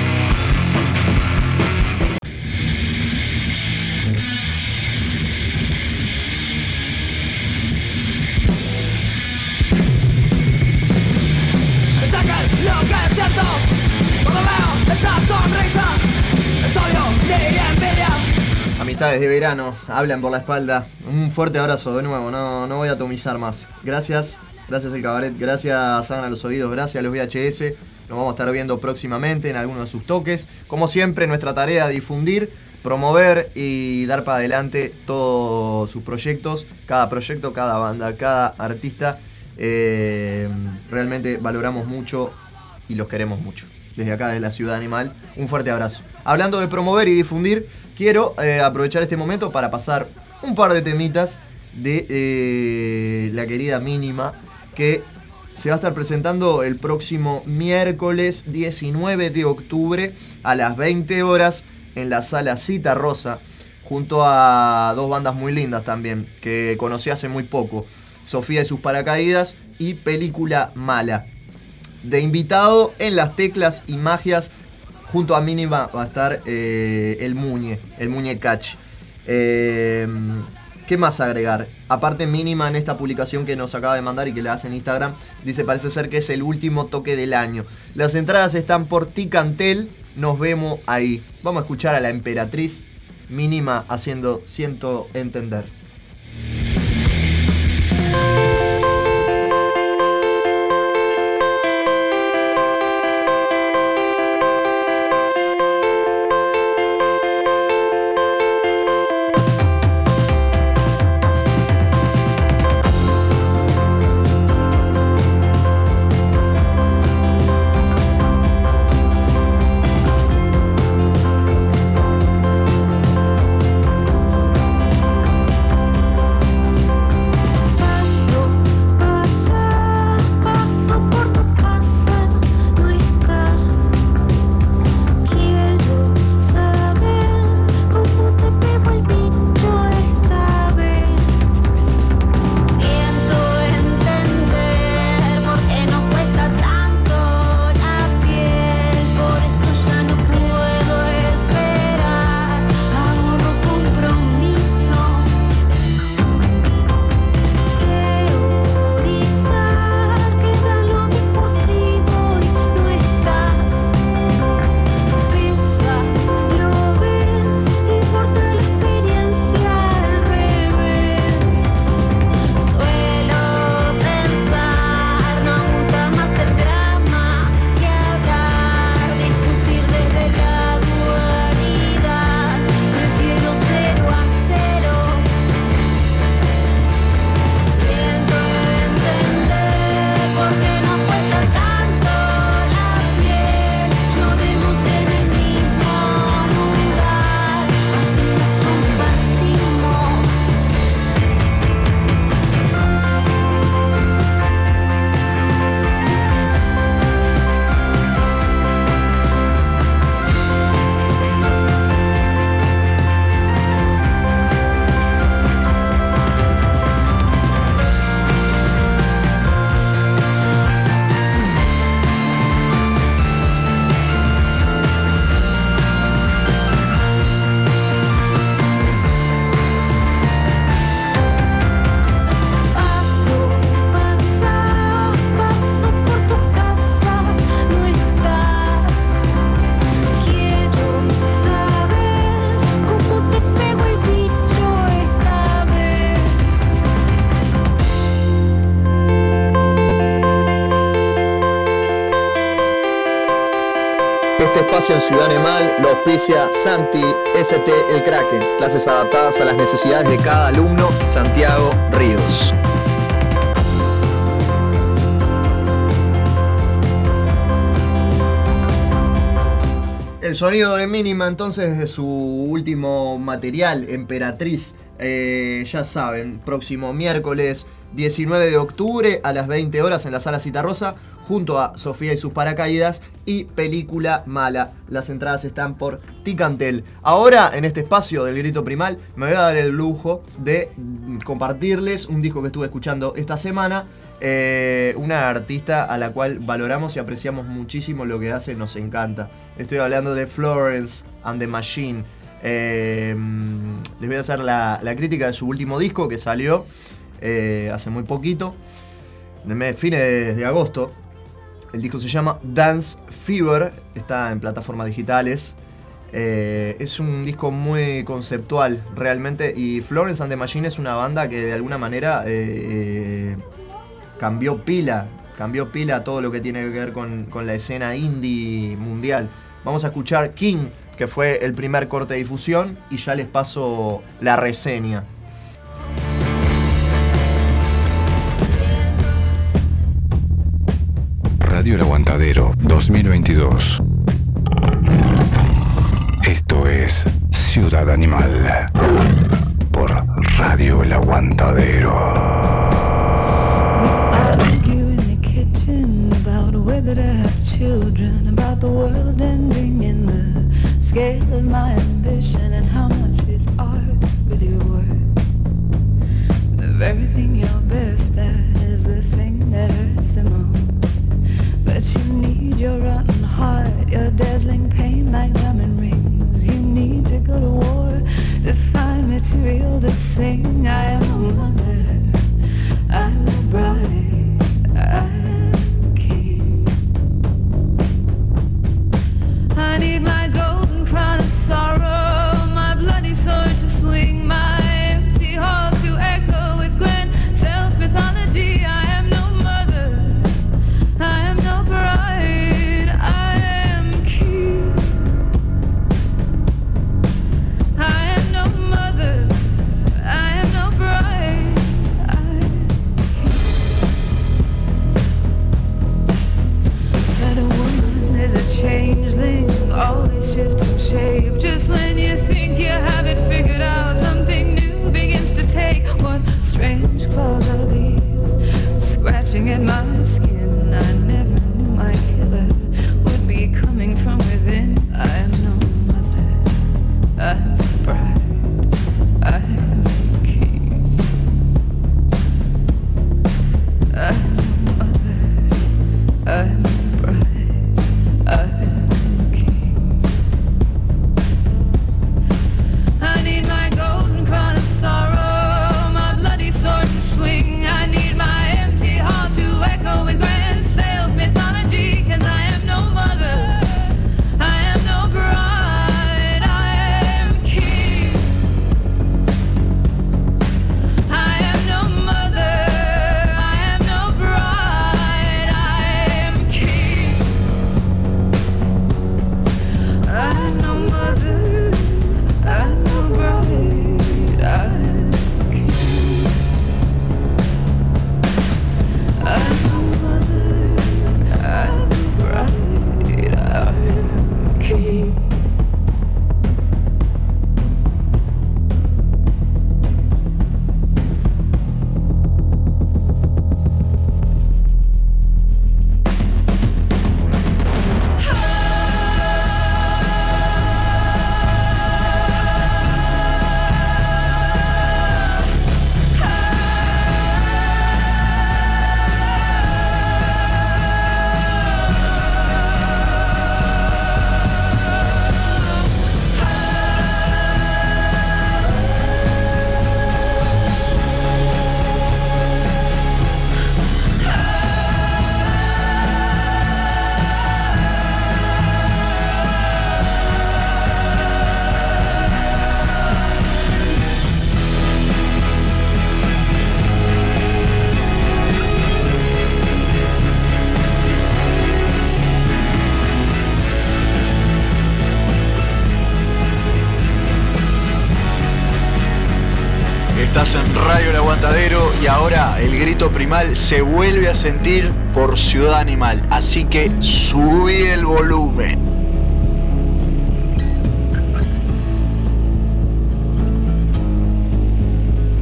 Me sacas lo que siento cuando veo esa sonrisa, el odio y envidia. Amistades de verano, hablan por la espalda. Un fuerte abrazo de nuevo, no, no voy a atomizar más. Gracias, gracias el cabaret, gracias Hagan a los Oídos, gracias a los V H S. Nos vamos a estar viendo próximamente en alguno de sus toques. Como siempre, nuestra tarea es difundir, promover y dar para adelante todos sus proyectos. Cada proyecto, cada banda, cada artista. Eh, realmente valoramos mucho y los queremos mucho. Desde acá, desde la Ciudad Animal, un fuerte abrazo. Hablando de promover y difundir, quiero eh, aprovechar este momento para pasar un par de temitas de eh, la querida Mínima, que se va a estar presentando el próximo miércoles diecinueve de octubre a las veinte horas en la Sala Cita Rosa, junto a dos bandas muy lindas también, que conocí hace muy poco, Sofía y sus Paracaídas y Película Mala. De invitado en las teclas y magias, junto a Mínima va a estar eh, el Muñe, el Muñe Catch. Eh, ¿Qué más agregar? Aparte, Mínima en esta publicación que nos acaba de mandar y que le hace en Instagram, dice: parece ser que es el último toque del año. Las entradas están por Ticantel, nos vemos ahí. Vamos a escuchar a la Emperatriz, Mínima haciendo Siento Entender. En Ciudad Animal lo auspicia Santi S T El Kraken, clases adaptadas a las necesidades de cada alumno, Santiago Ríos. El sonido de Mínima entonces de su último material, Emperatriz. Eh, ya saben, próximo miércoles diecinueve de octubre a las veinte horas en la Sala Cita Rosa, junto a Sofía y sus paracaídas y Película Mala. Las entradas están por Ticantel. Ahora, en este espacio del Grito Primal, me voy a dar el lujo de compartirles un disco que estuve escuchando esta semana. Eh, una artista a la cual valoramos y apreciamos muchísimo lo que hace, nos encanta. Estoy hablando de Florence and the Machine. Eh, les voy a hacer la, la crítica de su último disco que salió eh, hace muy poquito, de mes, fines de, de agosto. El disco se llama Dance Fever, está en plataformas digitales. Eh, es un disco muy conceptual realmente, y Florence and the Machine es una banda que de alguna manera eh, cambió pila, cambió pila a todo lo que tiene que ver con, con la escena indie mundial. Vamos a escuchar King, que fue el primer corte de difusión, y ya les paso la reseña. Radio El Aguantadero dos mil veintidós. Esto es Ciudad Animal por Radio El Aguantadero. Whether to have children, about the world ending in the scale of my ambition, and how much is art really worth. The very thing you're best at is the thing that hurts the most. But you need your rotten heart, your dazzling pain like diamond rings. You need to go to war to find material to sing. I am a mother, I'm a bride, I I need my golden crown of sorrow, my bloody sword to swing, my empty halls to echo with grand self-mythology. I am no mother, I am no bride, I am king. I am no mother, I am no bride, I am king. That a woman is a changeling, always shifting shape. Just when you think you have it figured out, something new begins to take. What strange claws are these, scratching at my skin? I never knew my killer would be coming from within. I am no mother, I am a bride, I am a king. I am no mother, I am a bride, I am I need my golden crown of sorrow, my bloody sword to swing. I need my empty halls to echo with grand self-mythology. Cause I am no mother, I am no bride, I am king. I am no mother, I am no bride, I am king. I am no mother, I am no bride, I am king. I am no mother, I am no bride, I am king. Estás en Radio El Aguantadero y ahora el grito primal se vuelve a sentir por Ciudad Animal, así que subí el volumen.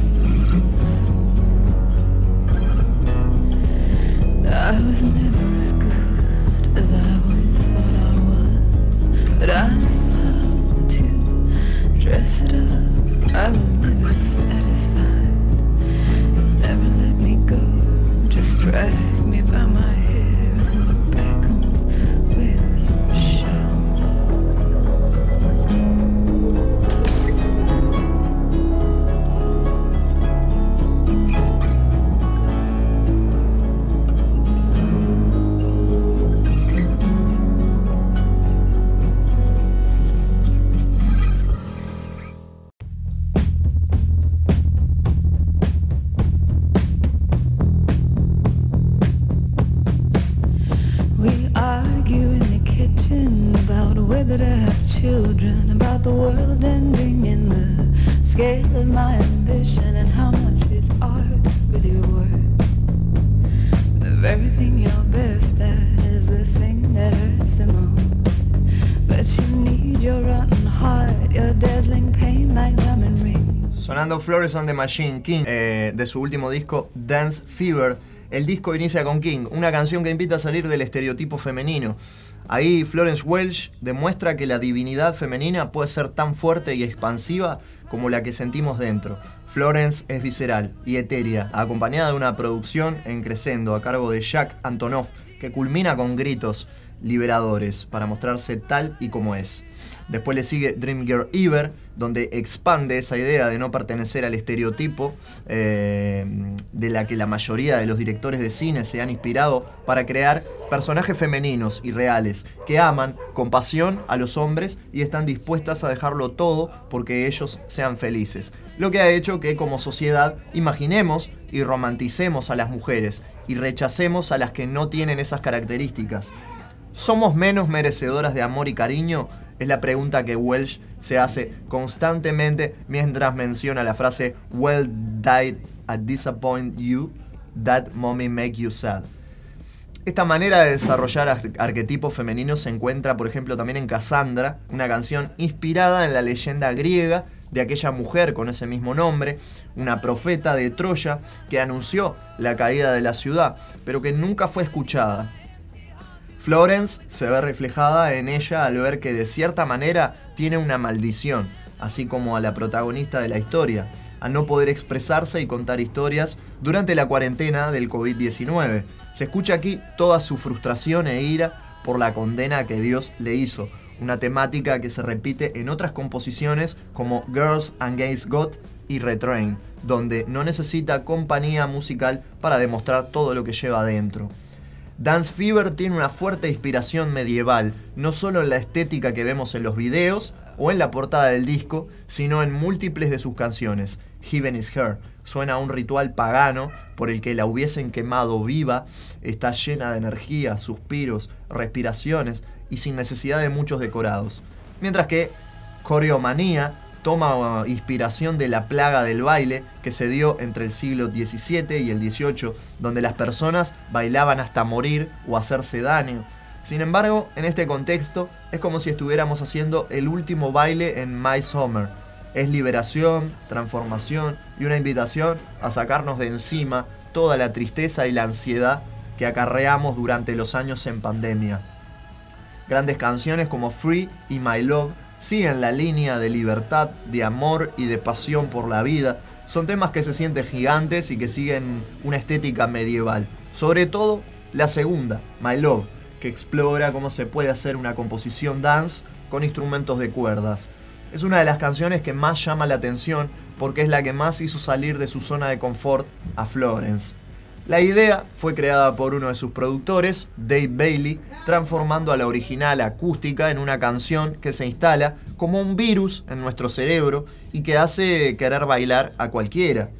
I was never as children about the world ending in the scale of my ambition and how much is art really worth. The very thing you're best at is the thing that hurts the most. But you need your rotten heart, your dazzling pain like diamond rings. Sonando Florence and the Machine, King, eh, de su último disco Dance Fever. El disco inicia con King, una canción que invita a salir del estereotipo femenino. Ahí Florence Welch demuestra que la divinidad femenina puede ser tan fuerte y expansiva como la que sentimos dentro. Florence es visceral y etérea, acompañada de una producción en crescendo a cargo de Jack Antonoff, que culmina con gritos liberadores para mostrarse tal y como es. Después le sigue Dream Girl Ever, donde expande esa idea de no pertenecer al estereotipo eh, de la que la mayoría de los directores de cine se han inspirado para crear personajes femeninos y reales que aman con pasión a los hombres y están dispuestas a dejarlo todo porque ellos sean felices. Lo que ha hecho que como sociedad imaginemos y romanticemos a las mujeres y rechacemos a las que no tienen esas características. ¿Somos menos merecedoras de amor y cariño? Es la pregunta que Welch se hace constantemente mientras menciona la frase "Well, did I disappoint you? That mommy make you sad". Esta manera de desarrollar ar- arquetipos femeninos se encuentra, por ejemplo, también en Cassandra, una canción inspirada en la leyenda griega de aquella mujer con ese mismo nombre, una profeta de Troya que anunció la caída de la ciudad, pero que nunca fue escuchada. Florence se ve reflejada en ella al ver que de cierta manera tiene una maldición, así como a la protagonista de la historia, al no poder expresarse y contar historias durante la cuarentena del covid diecinueve. Se escucha aquí toda su frustración e ira por la condena que Dios le hizo, una temática que se repite en otras composiciones como Girls and Gays Got y Retrain, donde no necesita compañía musical para demostrar todo lo que lleva adentro. Dance Fever tiene una fuerte inspiración medieval, no solo en la estética que vemos en los videos o en la portada del disco, sino en múltiples de sus canciones. Heaven is Her suena a un ritual pagano por el que la hubiesen quemado viva, está llena de energía, suspiros, respiraciones y sin necesidad de muchos decorados. Mientras que Coreomanía toma inspiración de la plaga del baile que se dio entre el siglo diecisiete y el dieciocho, donde las personas bailaban hasta morir o hacerse daño. Sin embargo, en este contexto, es como si estuviéramos haciendo el último baile en My Summer. Es liberación, transformación y una invitación a sacarnos de encima toda la tristeza y la ansiedad que acarreamos durante los años en pandemia. Grandes canciones como Free y My Love siguen la línea de libertad, de amor y de pasión por la vida. Son temas que se sienten gigantes y que siguen una estética medieval. Sobre todo la segunda, My Love, que explora cómo se puede hacer una composición dance con instrumentos de cuerdas. Es una de las canciones que más llama la atención porque es la que más hizo salir de su zona de confort a Florence. La idea fue creada por uno de sus productores, Dave Bailey, transformando a la original acústica en una canción que se instala como un virus en nuestro cerebro y que hace querer bailar a cualquiera.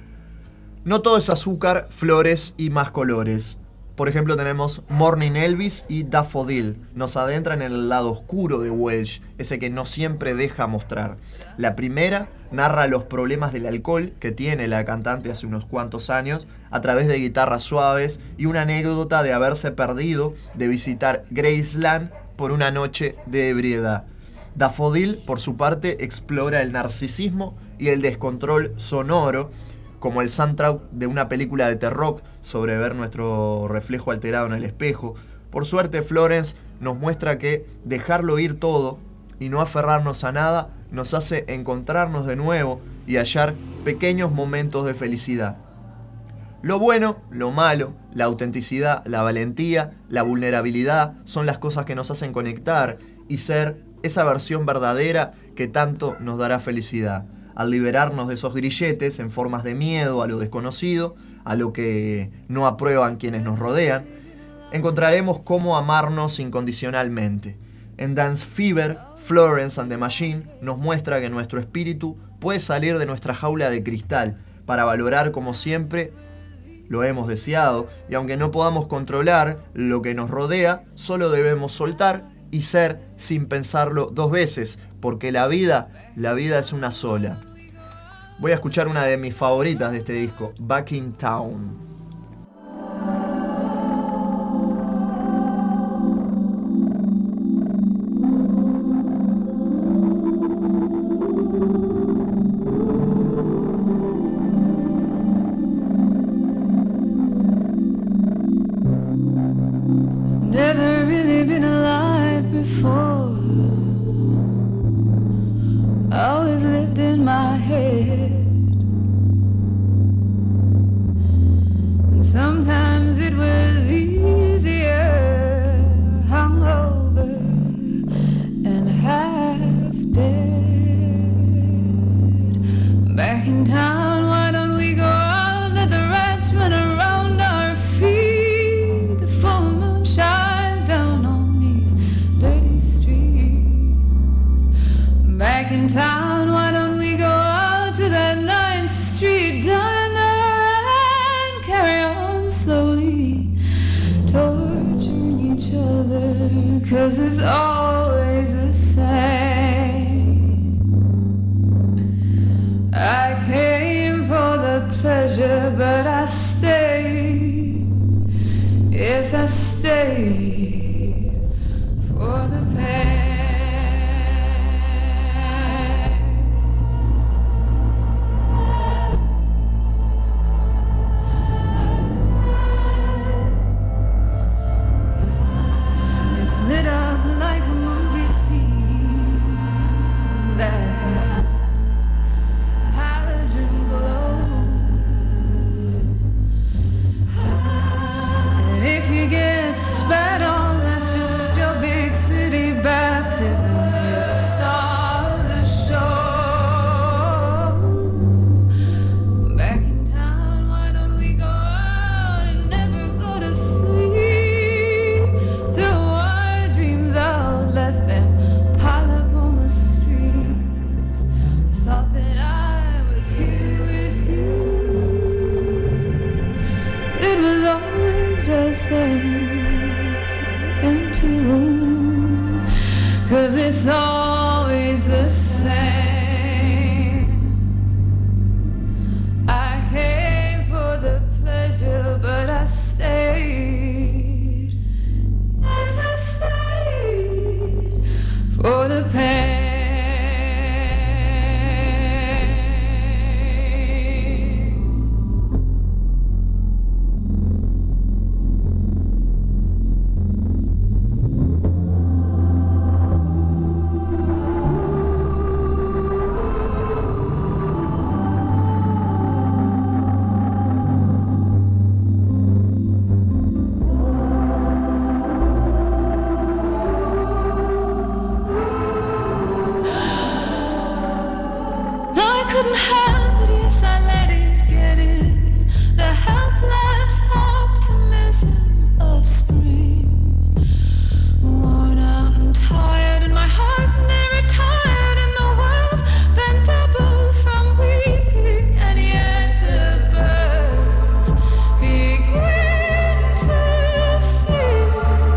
No todo es azúcar, flores y más colores. Por ejemplo, tenemos Morning Elvis y Daffodil. Nos adentran en el lado oscuro de Welch, ese que no siempre deja mostrar. La primera narra los problemas del alcohol que tiene la cantante hace unos cuantos años a través de guitarras suaves y una anécdota de haberse perdido de visitar Graceland por una noche de ebriedad. Daffodil, por su parte, explora el narcisismo y el descontrol sonoro, como el soundtrack de una película de terror sobre ver nuestro reflejo alterado en el espejo. Por suerte, Florence nos muestra que dejarlo ir todo y no aferrarnos a nada nos hace encontrarnos de nuevo y hallar pequeños momentos de felicidad. Lo bueno, lo malo, la autenticidad, la valentía, la vulnerabilidad son las cosas que nos hacen conectar y ser esa versión verdadera que tanto nos dará felicidad. Al liberarnos de esos grilletes en formas de miedo a lo desconocido, a lo que no aprueban quienes nos rodean, encontraremos cómo amarnos incondicionalmente. En Dance Fever, Florence and the Machine nos muestra que nuestro espíritu puede salir de nuestra jaula de cristal para valorar como siempre lo hemos deseado, y aunque no podamos controlar lo que nos rodea, solo debemos soltar y ser sin pensarlo dos veces, porque la vida, la vida es una sola. Voy a escuchar una de mis favoritas de este disco, Back in Town. Never really been alive before. Always lived in my head. And sometimes it was easier, hungover and half dead. Back in town, why don't we go out? Let the rats run around our feet. The full moon shines down on these dirty streets. Back in town, why don't we go out to that ninth Street diner and carry on slowly, torturing each other, 'cause it's always the same. I came for the pleasure, but I stayed. Yes, I stayed for the pain. It's lit up like a movie scene. That halogen glow. And if you get spat on, that's just your big city baptism. You start the show. Back in town, why don't we go out and never go to sleep? Throw our dreams out, let them pile up on the streets. I thought that I was here with you. It was always just an empty room, 'cause it's always the same. I came for the pleasure, but I stayed. Yes, I stayed for the pain. No, I couldn't help it, yes, I let it get in. The helpless optimism of spring. Worn out and tired, and my heart never tired, and the world bent double from weeping, and yet the birds begin to sing.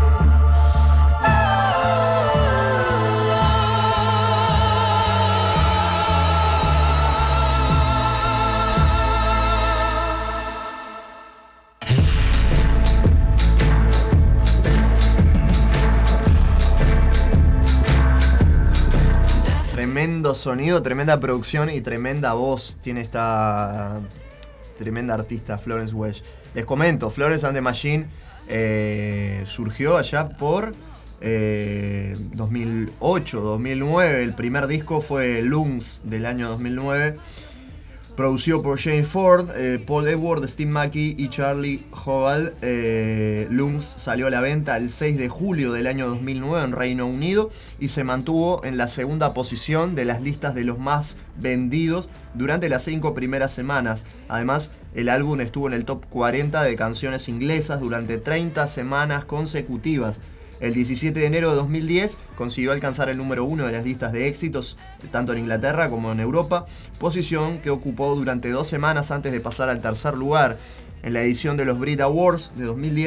Tremendo sonido, tremenda producción y tremenda voz tiene esta tremenda artista Florence Welch. Les comento, Florence and the Machine eh, surgió allá por eh, dos mil ocho, dos mil nueve. El primer disco fue Lungs del año dos mil nueve. Producido por James Ford, eh, Paul Edward, Steve Mackey y Charlie Howell. Eh, Lungs salió a la venta el seis de julio del año dos mil nueve en Reino Unido y se mantuvo en la segunda posición de las listas de los más vendidos durante las cinco primeras semanas. Además, el álbum estuvo en el top cuarenta de canciones inglesas durante treinta semanas consecutivas. El diecisiete de enero de dos mil diez consiguió alcanzar el número uno de las listas de éxitos, tanto en Inglaterra como en Europa, posición que ocupó durante dos semanas antes de pasar al tercer lugar. En la edición de los Brit Awards de dos mil diez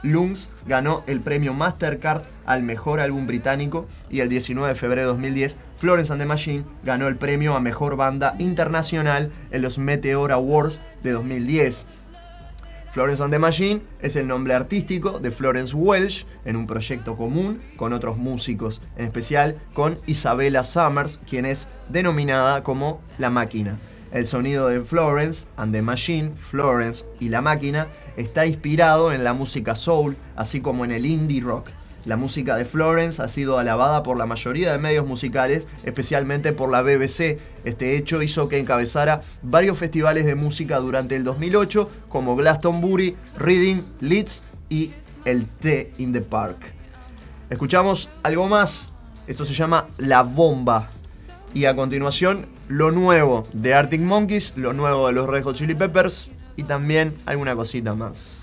Lungs ganó el premio Mastercard al mejor álbum británico y el diecinueve de febrero de dos mil diez Florence and the Machine ganó el premio a mejor banda internacional en los Meteor Awards de dos mil diez. Florence and the Machine es el nombre artístico de Florence Welch en un proyecto común con otros músicos, en especial con Isabella Summers, quien es denominada como La Máquina. El sonido de Florence and the Machine, Florence y La Máquina, está inspirado en la música soul, así como en el indie rock. La música de Florence ha sido alabada por la mayoría de medios musicales, especialmente por la B B C. Este hecho hizo que encabezara varios festivales de música durante el dos mil ocho, como Glastonbury, Reading, Leeds y el Tea in the Park. Escuchamos algo más. Esto se llama La Bomba. Y a continuación, lo nuevo de Arctic Monkeys, lo nuevo de los Red Hot Chili Peppers y también alguna cosita más.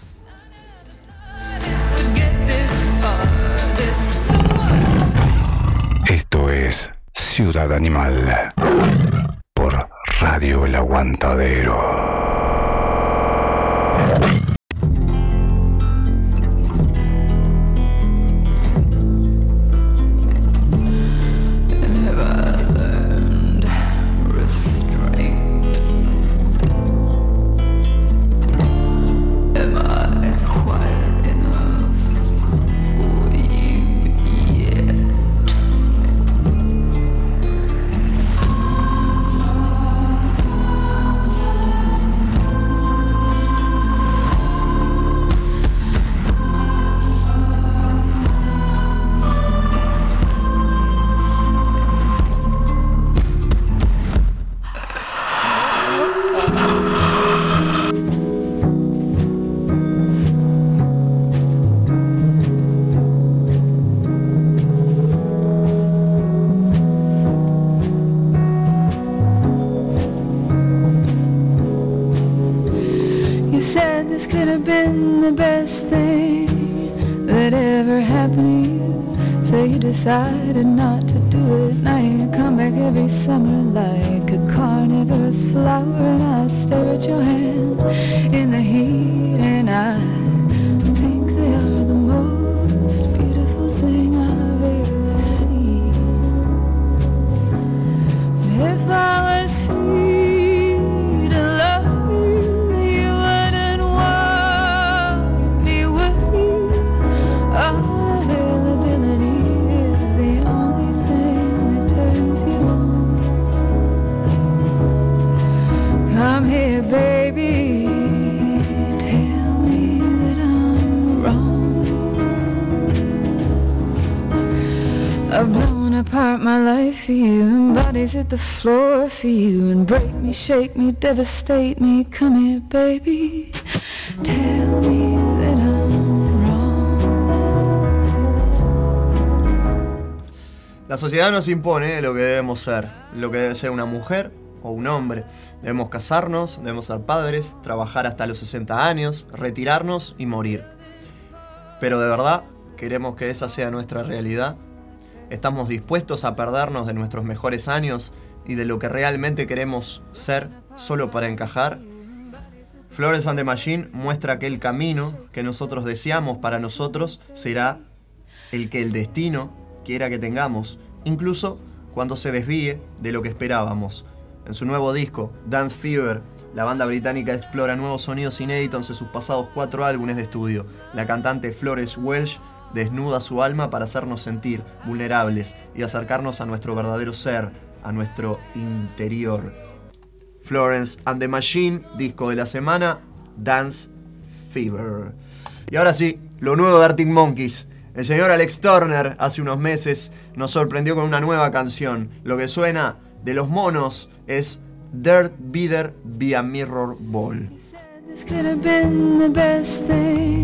Esto es Ciudad Animal por Radio El Aguantadero. Decided not to do it. Now you come back every summer like a carnivorous flower, and I stare at your hands in the heat, and I think they are the most beautiful thing I've ever seen. If I was free to love you, you wouldn't want me with you. Unavailability come here, baby, tell me that I'm wrong. I've blown apart my life for you, and bodies hit the floor for you, and break me, shake me, devastate me. Come here, baby, tell me that I'm wrong. La sociedad nos impone lo que debemos ser, lo que debe ser una mujer o un hombre. Debemos casarnos, debemos ser padres, trabajar hasta los sesenta años, retirarnos y morir. Pero de verdad, ¿queremos que esa sea nuestra realidad? ¿Estamos dispuestos a perdernos de nuestros mejores años y de lo que realmente queremos ser solo para encajar? Florence and the Machine muestra que el camino que nosotros deseamos para nosotros será el que el destino quiera que tengamos, incluso cuando se desvíe de lo que esperábamos. En su nuevo disco, Dance Fever, la banda británica explora nuevos sonidos inéditos en sus pasados cuatro álbumes de estudio. La cantante Florence Welch desnuda su alma para hacernos sentir vulnerables y acercarnos a nuestro verdadero ser, a nuestro interior. Florence and the Machine, disco de la semana, Dance Fever. Y ahora sí, lo nuevo de Arctic Monkeys. El señor Alex Turner hace unos meses nos sorprendió con una nueva canción. Lo que suena de Los Monos es Dirt Bitter via Mirror Ball. This could have been the best thing.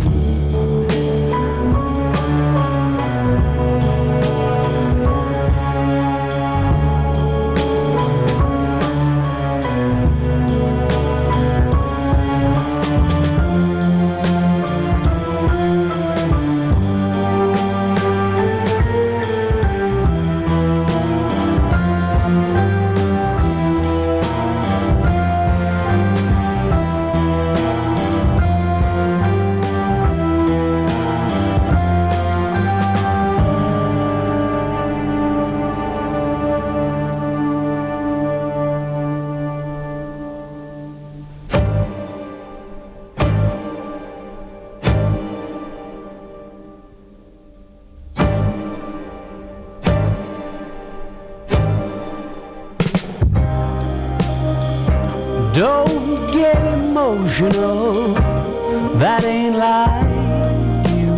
Don't get emotional, that ain't like you.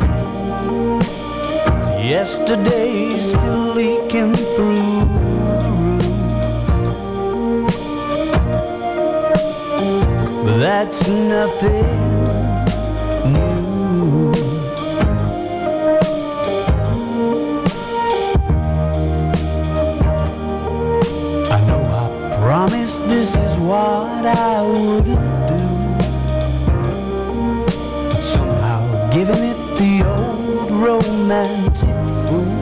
Yesterday's still leaking through the roof, but that's nothing new. I know I promised this is what I wouldn't do, but somehow giving it the old romantic fool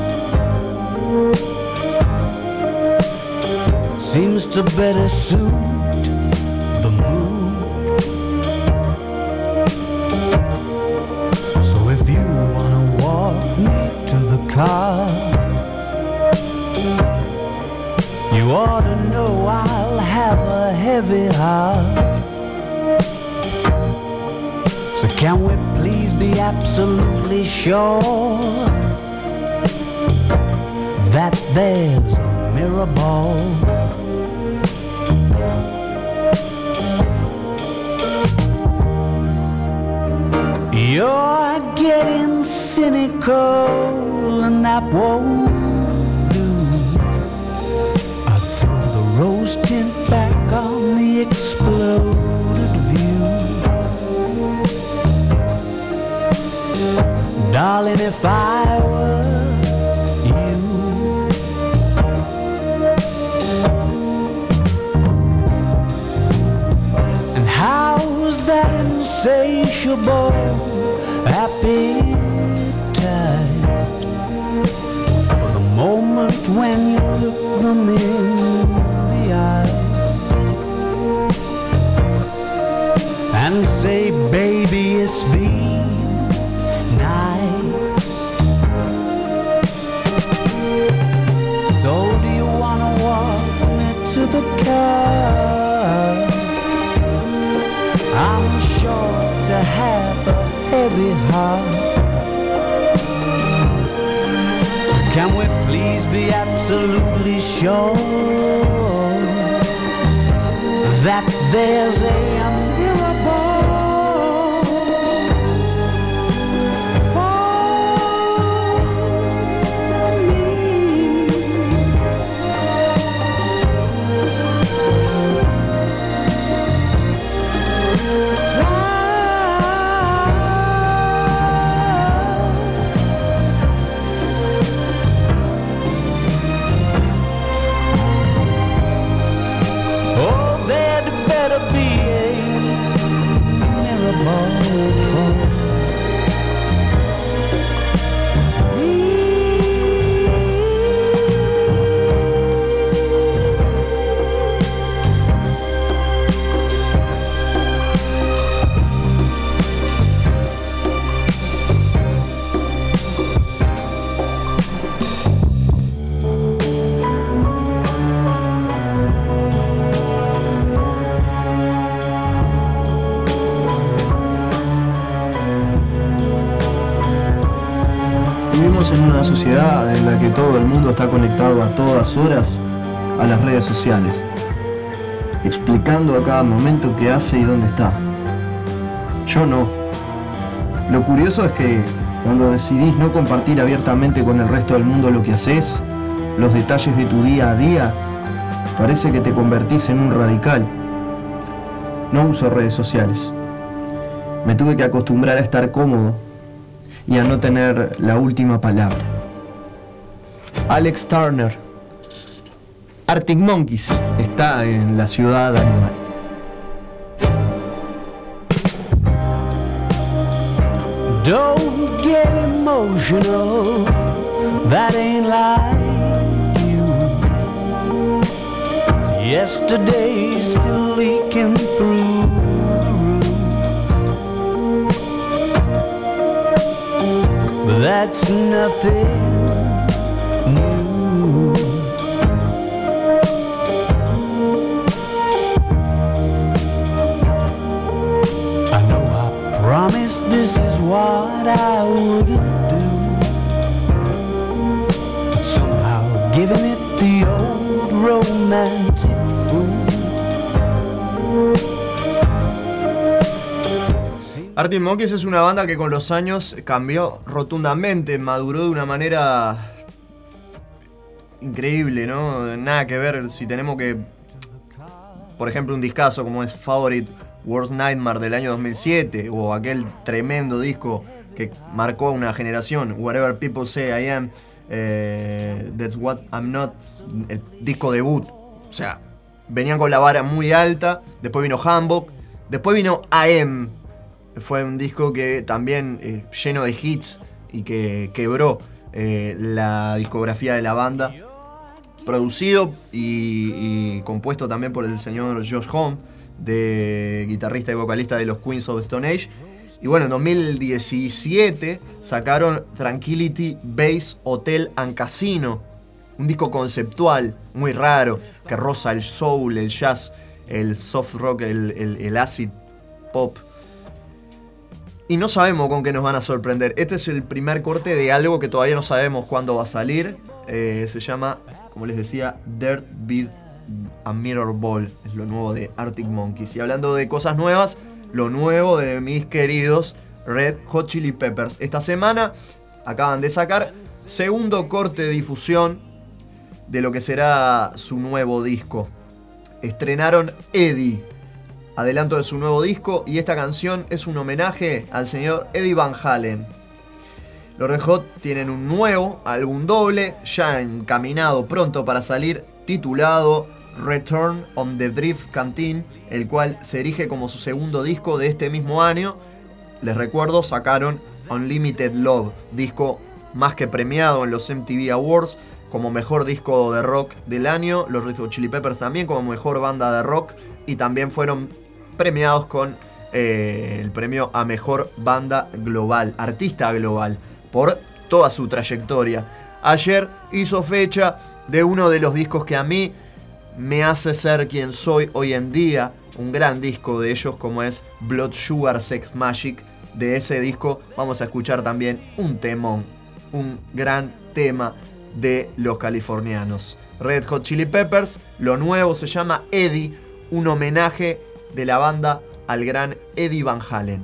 seems to better suit the mood. So if you wanna walk me to the car, you ought to know I'll have a heavy heart. So can we please be absolutely sure that there's a mirror ball? You're getting cynical and that won't rose tint back on the exploded view. Darling, if I were you, and how's that insatiable appetite for the moment when you look them in and say, baby, it's been nice. So do you wanna walk me to the car? I'm sure to have a heavy heart. So can we please be absolutely sure that there's a en una sociedad en la que todo el mundo está conectado a todas horas a las redes sociales, explicando a cada momento qué hace y dónde está. Yo no. Lo curioso es que cuando decidís no compartir abiertamente con el resto del mundo lo que haces, los detalles de tu día a día, parece que te convertís en un radical. No uso redes sociales. Me tuve que acostumbrar a estar cómodo y a no tener la última palabra. Alex Turner, Arctic Monkeys, está en La Ciudad Animal. Don't get emotional, that ain't like you. Yesterday's still leaking through the roof, but that's nothing new. I know I promised this is what I wouldn't do, but somehow giving it the old romantic fool Arctic Monkeys es una banda que con los años cambió rotundamente, maduró de una manera increíble, ¿no? Nada que ver si tenemos que, por ejemplo, un discazo como es Favorite Worst Nightmare del año dos mil siete, o aquel tremendo disco que marcó una generación, Whatever People Say I Am, eh, That's What I'm Not, el disco debut. O sea, venían con la vara muy alta. Después vino Hamburg, después vino A M. Fue un disco que también eh, lleno de hits y que quebró eh, la discografía de la banda. Producido y, y compuesto también por el señor Josh Homme, de guitarrista y vocalista de los Queens of the Stone Age. Y bueno, en dos mil diecisiete sacaron Tranquility Base Hotel and Casino, un disco conceptual muy raro que roza el soul, el jazz, el soft rock, el, el, el acid pop. Y no sabemos con qué nos van a sorprender. Este es el primer corte de algo que todavía no sabemos cuándo va a salir. Eh, se llama, como les decía, Dirt Beat a Mirror Ball. Es lo nuevo de Arctic Monkeys. Y hablando de cosas nuevas, lo nuevo de mis queridos Red Hot Chili Peppers. Esta semana acaban de sacar segundo corte de difusión de lo que será su nuevo disco. Estrenaron Eddie, adelanto de su nuevo disco, y esta canción es un homenaje al señor Eddie Van Halen. Los Red Hot tienen un nuevo álbum doble, ya encaminado pronto para salir, titulado Return on the Drift Canteen, el cual se erige como su segundo disco de este mismo año. Les recuerdo, sacaron Unlimited Love, disco más que premiado en los M T V Awards como mejor disco de rock del año. Los Red Hot Chili Peppers también como mejor banda de rock, y también fueron premiados con eh, el premio a mejor banda global, artista global, por toda su trayectoria. Ayer hizo fecha de uno de los discos que a mí me hace ser quien soy hoy en día, un gran disco de ellos como es Blood Sugar Sex Magic. De ese disco vamos a escuchar también un temón, un gran tema de los californianos Red Hot Chili Peppers. Lo nuevo se llama Eddie, un homenaje de la banda al gran Eddie Van Halen.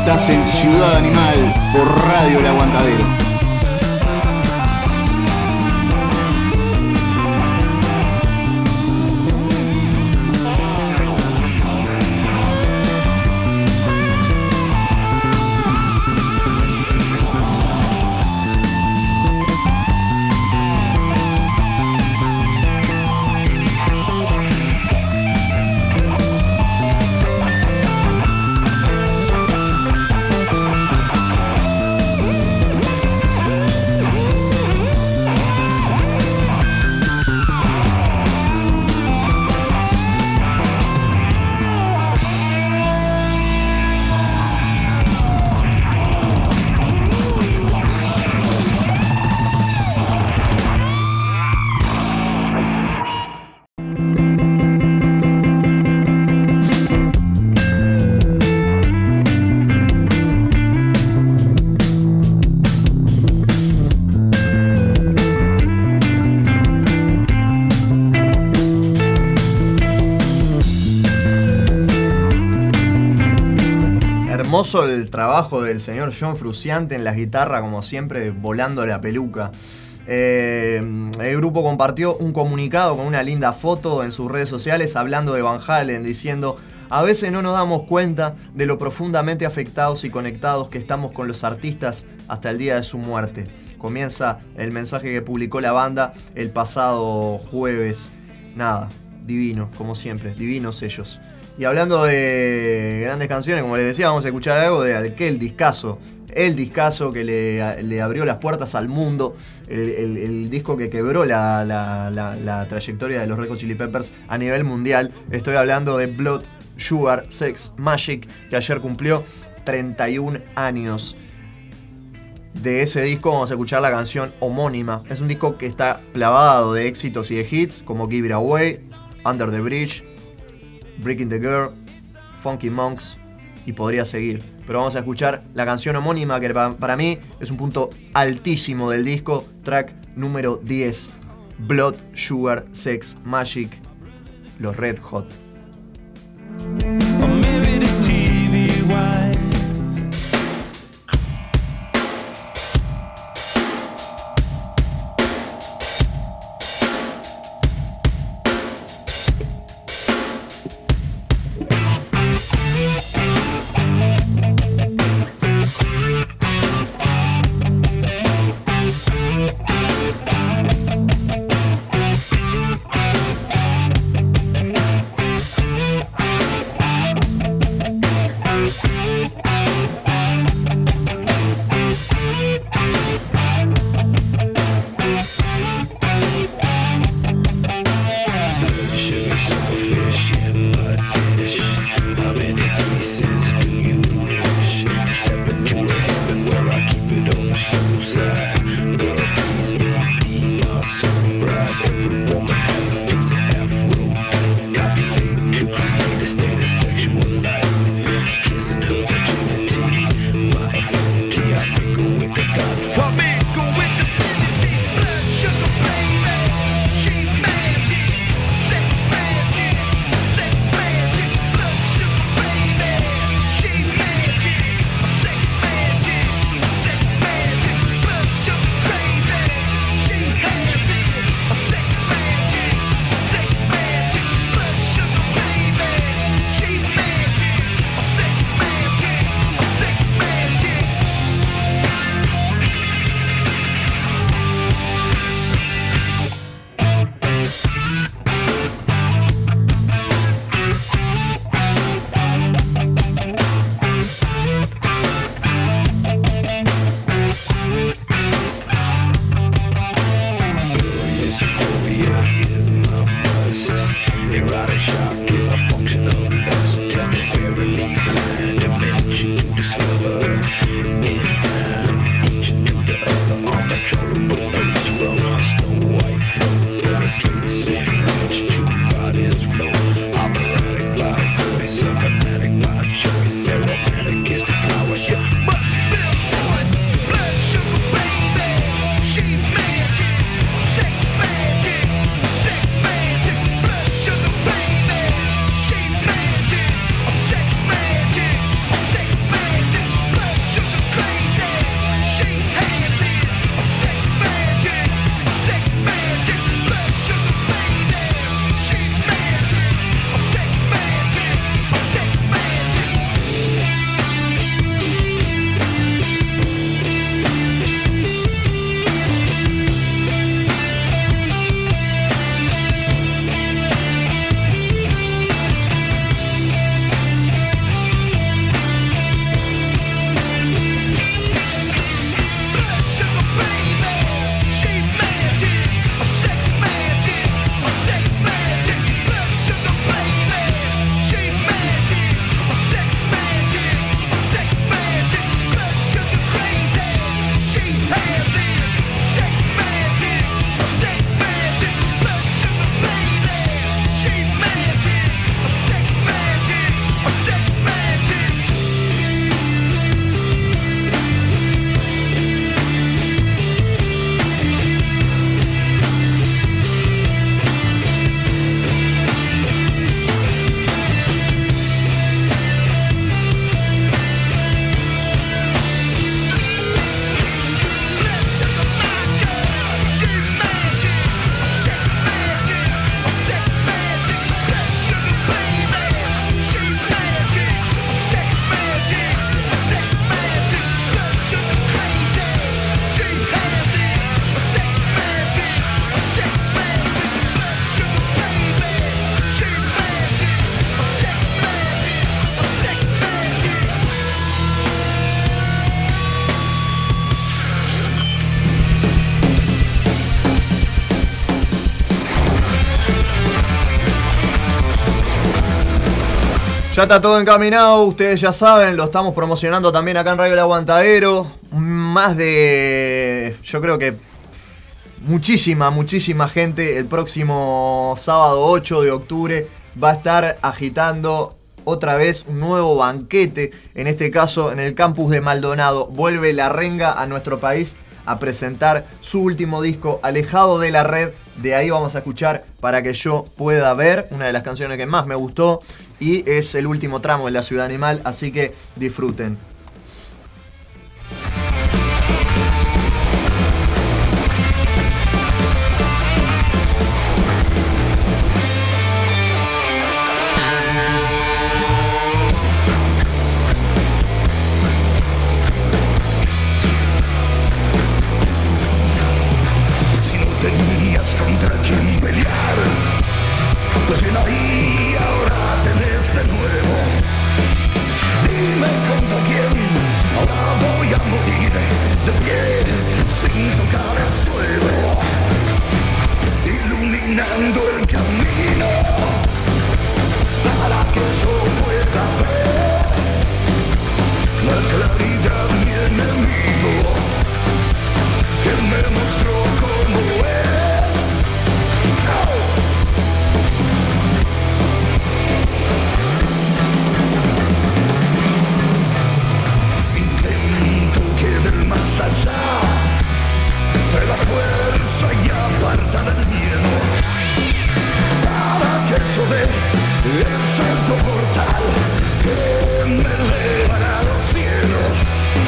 Estás en Ciudad Animal por Radio El Aguantadero. Hermoso el trabajo del señor John Frusciante en la guitarra, como siempre, volando la peluca. Eh, el grupo compartió un comunicado con una linda foto en sus redes sociales hablando de Van Halen, diciendo: a veces no nos damos cuenta de lo profundamente afectados y conectados que estamos con los artistas hasta el día de su muerte. Comienza el mensaje que publicó la banda el pasado jueves. Nada, divino, como siempre, divinos ellos. Y hablando de grandes canciones, como les decía, vamos a escuchar algo de aquel discazo. El discazo que le, le abrió las puertas al mundo. El, el, el disco que quebró la, la, la, la trayectoria de los Red Hot Chili Peppers a nivel mundial. Estoy hablando de Blood, Sugar, Sex, Magic, que ayer cumplió treinta y un años. De ese disco vamos a escuchar la canción homónima. Es un disco que está plagado de éxitos y de hits como Give It Away, Under the Bridge, Breaking the Girl, Funky Monks, y podría seguir. Pero vamos a escuchar la canción homónima, que para mí es un punto altísimo del disco, track número diez, Blood, Sugar, Sex, Magic, los Red Hot. Ya está todo encaminado, ustedes ya saben, lo estamos promocionando también acá en Radio El Aguantadero. Más de, yo creo que muchísima, muchísima gente el próximo sábado ocho de octubre va a estar agitando otra vez un nuevo banquete, en este caso en el campus de Maldonado. Vuelve La Renga a nuestro país a presentar su último disco, Alejado de la Red. De ahí vamos a escuchar Para que yo pueda ver, una de las canciones que más me gustó, y es el último tramo de La Ciudad Animal, así que disfruten. Pues bien ahí ahora tenés de nuevo. Dime contra quién ahora voy a morir de pie sin tocar el suelo, iluminando el camino para que yo pueda ver la claridad mi enemigo que me mostró cómo es. Trae la fuerza y aparta del miedo para que yo dé el salto mortal que me elevará a los cielos.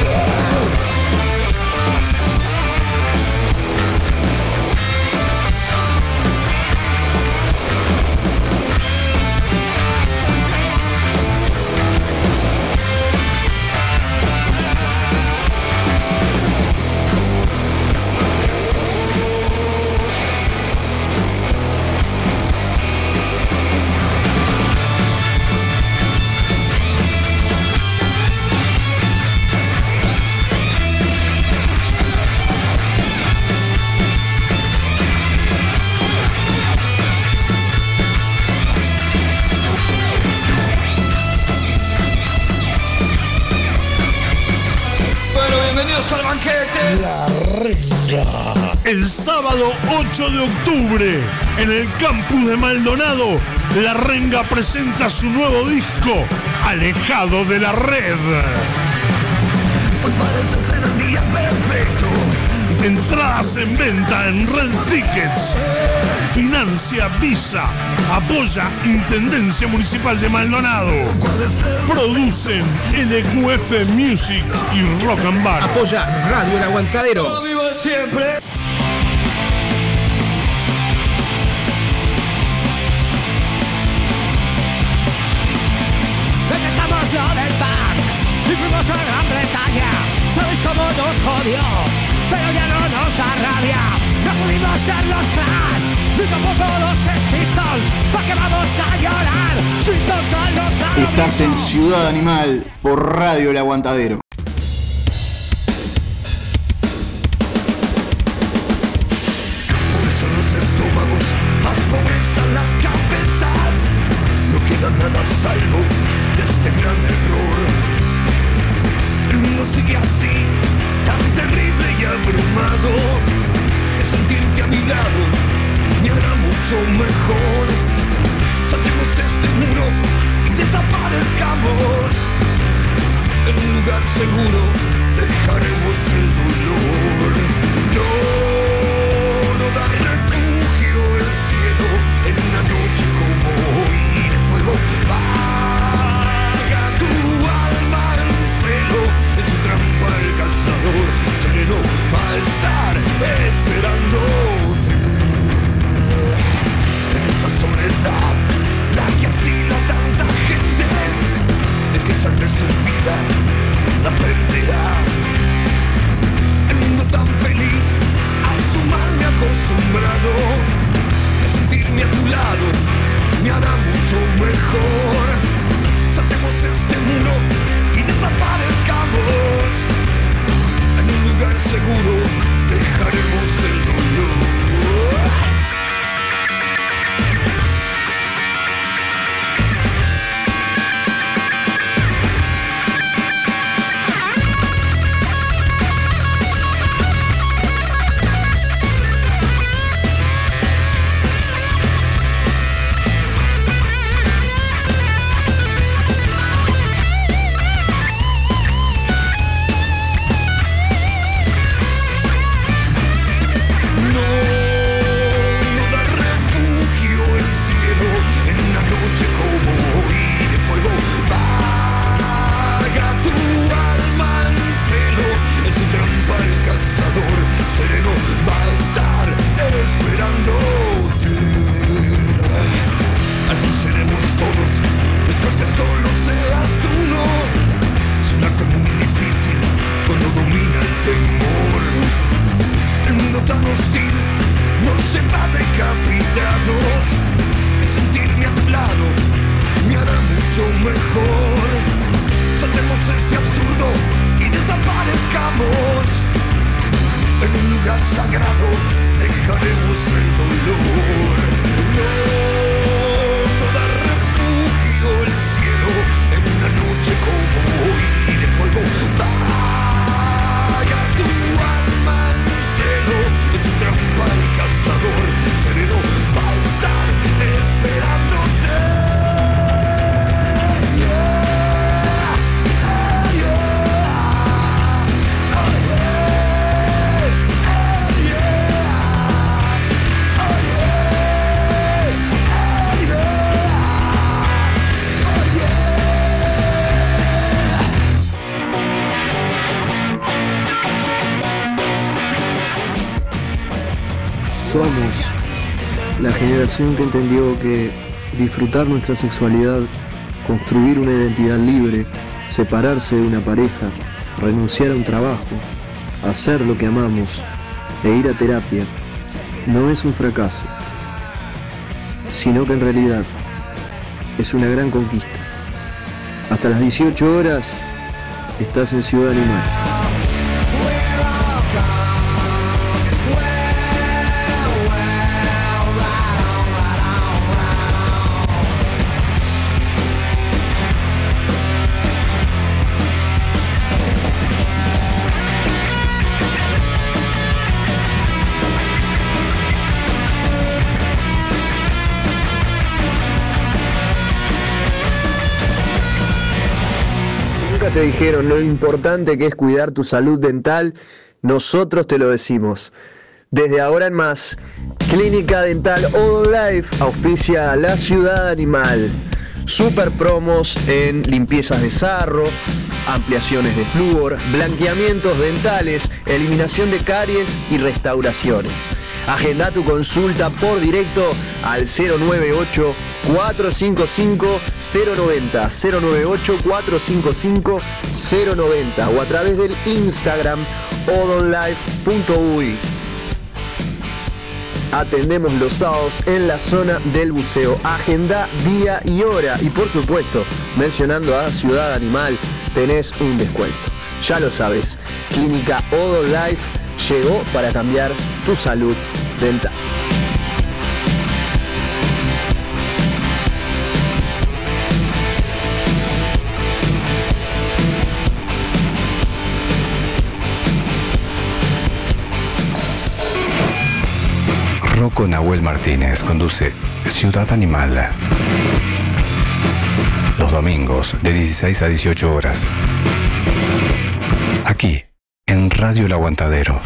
Al banquete. La Renga. El sábado ocho de octubre, en el campus de Maldonado, La Renga presenta su nuevo disco, Alejado de la Red. Hoy parece ser el día perfecto. Entradas en venta en Red Tickets. Financia Visa. Apoya Intendencia Municipal de Maldonado. Producen L Q F Music y Rock and Bar. Apoya Radio El Aguantadero. Yo vivo siempre. Detectamos lo del pack y fuimos a Gran Bretaña. ¿Sabéis cómo nos jodió? Pero ya no nos da rabia. No pudimos ser los Clash, ni tampoco los Sex Pistols. ¿Pa' qué vamos a llorar? Si total nos da lo Estás mismo. en Ciudad Animal por Radio El Aguantadero. Pobres son los estómagos, más pobres son las cabezas. No queda nada a salvo de este gran error. El mundo sigue así, tan terrible y abrumado, que sentirte a mi lado me hará mucho mejor. Saltemos este muro y desaparezcamos. En un lugar seguro dejaremos el dolor. No, no da refugio el cielo en una noche como hoy de fuego. Paga tu alma en celo, es su trampa el cazador. Sereno va a estar esperándote en esta soledad, la que asila tanta gente. El que sangre su vida la perderá. El mundo Somos la generación que entendió que disfrutar nuestra sexualidad, construir una identidad libre, separarse de una pareja, renunciar a un trabajo, hacer lo que amamos e ir a terapia no es un fracaso, sino que en realidad es una gran conquista. Hasta las dieciocho horas estás en Ciudad Animal. Te dijeron lo importante que es cuidar tu salud dental, nosotros te lo decimos. Desde ahora en más, Clínica Dental Oddolife auspicia La Ciudad Animal. Super promos en limpiezas de sarro, ampliaciones de flúor, blanqueamientos dentales, eliminación de caries y restauraciones. Agenda tu consulta por directo al cero nueve ocho, cuatro cinco cinco, cero nueve cero, cero nueve ocho, cuatro cinco cinco, cero nueve cero o a través del Instagram oddolife punto u y. Atendemos los sábados en la zona del buceo. Agenda día y hora. Y por supuesto, mencionando a Ciudad Animal, tenés un descuento. Ya lo sabes, Clínica Oddolife llegó para cambiar tu salud dental. Rocco Nahuel Martínez conduce Ciudad Animal. Los domingos de dieciséis a dieciocho horas. Aquí, en Radio El Aguantadero.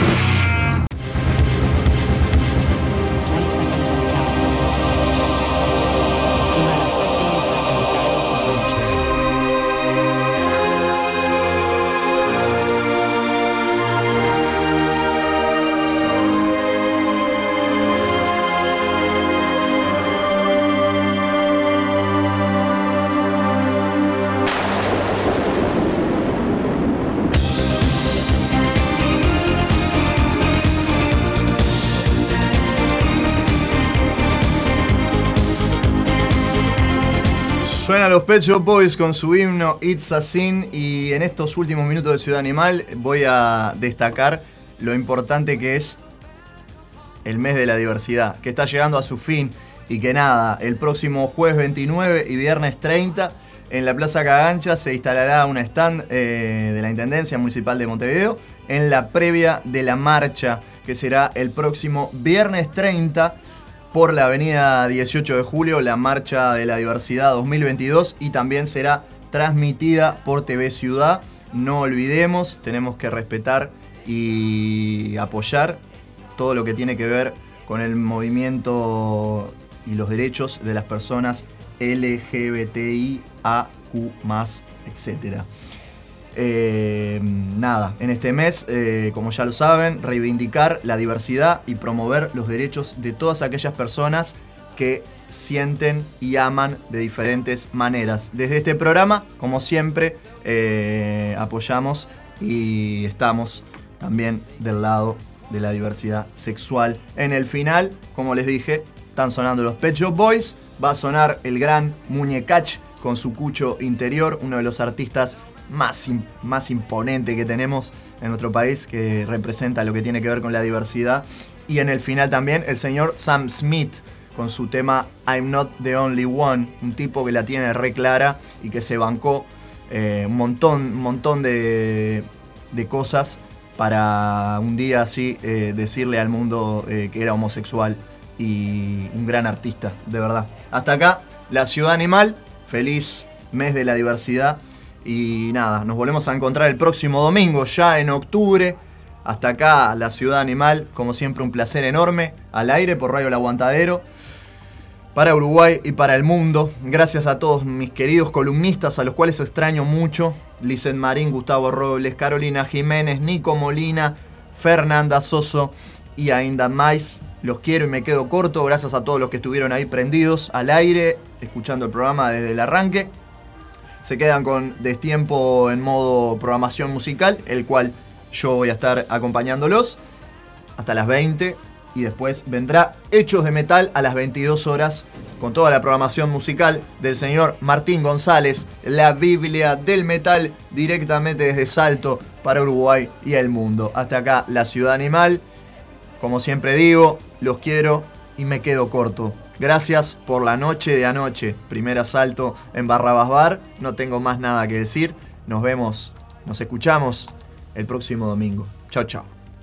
Suenan los Pet Shop Boys con su himno It's a Sin, y en estos últimos minutos de Ciudad Animal voy a destacar lo importante que es el mes de la diversidad, que está llegando a su fin, y que nada, el próximo jueves veintinueve y viernes treinta en la Plaza Cagancha se instalará un stand eh, de la Intendencia Municipal de Montevideo en la previa de la marcha, que será el próximo viernes treinta por la avenida dieciocho de julio, la Marcha de la Diversidad dos mil veintidós, y también será transmitida por T V Ciudad. No olvidemos, tenemos que respetar y apoyar todo lo que tiene que ver con el movimiento y los derechos de las personas L G B T I A Q más, etcétera. Eh, nada, en este mes, eh, como ya lo saben, reivindicar la diversidad y promover los derechos de todas aquellas personas que sienten y aman de diferentes maneras. Desde este programa, como siempre, eh, apoyamos y estamos también del lado de la diversidad sexual. En el final, como les dije, están sonando los Pet Shop Boys, va a sonar el gran Muñecach con su cucho interior, uno de los artistas Más, más imponente que tenemos en nuestro país, que representa lo que tiene que ver con la diversidad. Y en el final también el señor Sam Smith con su tema I'm Not the Only One, un tipo que la tiene re clara y que se bancó eh, un montón, un montón de, de cosas para un día así eh, decirle al mundo eh, que era homosexual, y un gran artista, de verdad. Hasta acá, La Ciudad Animal, feliz mes de la diversidad. Y nada, nos volvemos a encontrar el próximo domingo, ya en octubre. Hasta acá, La Ciudad Animal, como siempre un placer enorme, al aire por Radio El Aguantadero, para Uruguay y para el mundo. Gracias a todos mis queridos columnistas, a los cuales extraño mucho: Licen Marín, Gustavo Robles, Carolina Jiménez, Nico Molina, Fernanda Soso y ainda más Los quiero y me quedo corto. Gracias a todos los que estuvieron ahí prendidos al aire, escuchando el programa desde el arranque. Se quedan con Destiempo en modo programación musical, el cual yo voy a estar acompañándolos hasta las veinte. Y después vendrá Hechos de Metal a las veintidós horas con toda la programación musical del señor Martín González, la Biblia del metal, directamente desde Salto para Uruguay y el mundo. Hasta acá, La Ciudad Animal. Como siempre digo, los quiero y me quedo corto. Gracias por la noche de anoche. Primer asalto en Barrabás Bar. No tengo más nada que decir. Nos vemos, nos escuchamos el próximo domingo. Chao, chao.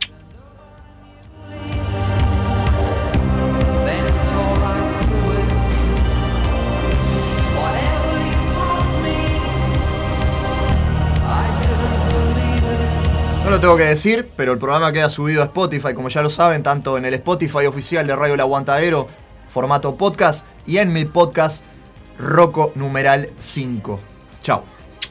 No lo tengo que decir, pero el programa queda subido a Spotify, como ya lo saben, tanto en el Spotify oficial de Radio El Aguantadero, formato podcast, y en mi podcast, Rocco numeral cinco. Chao.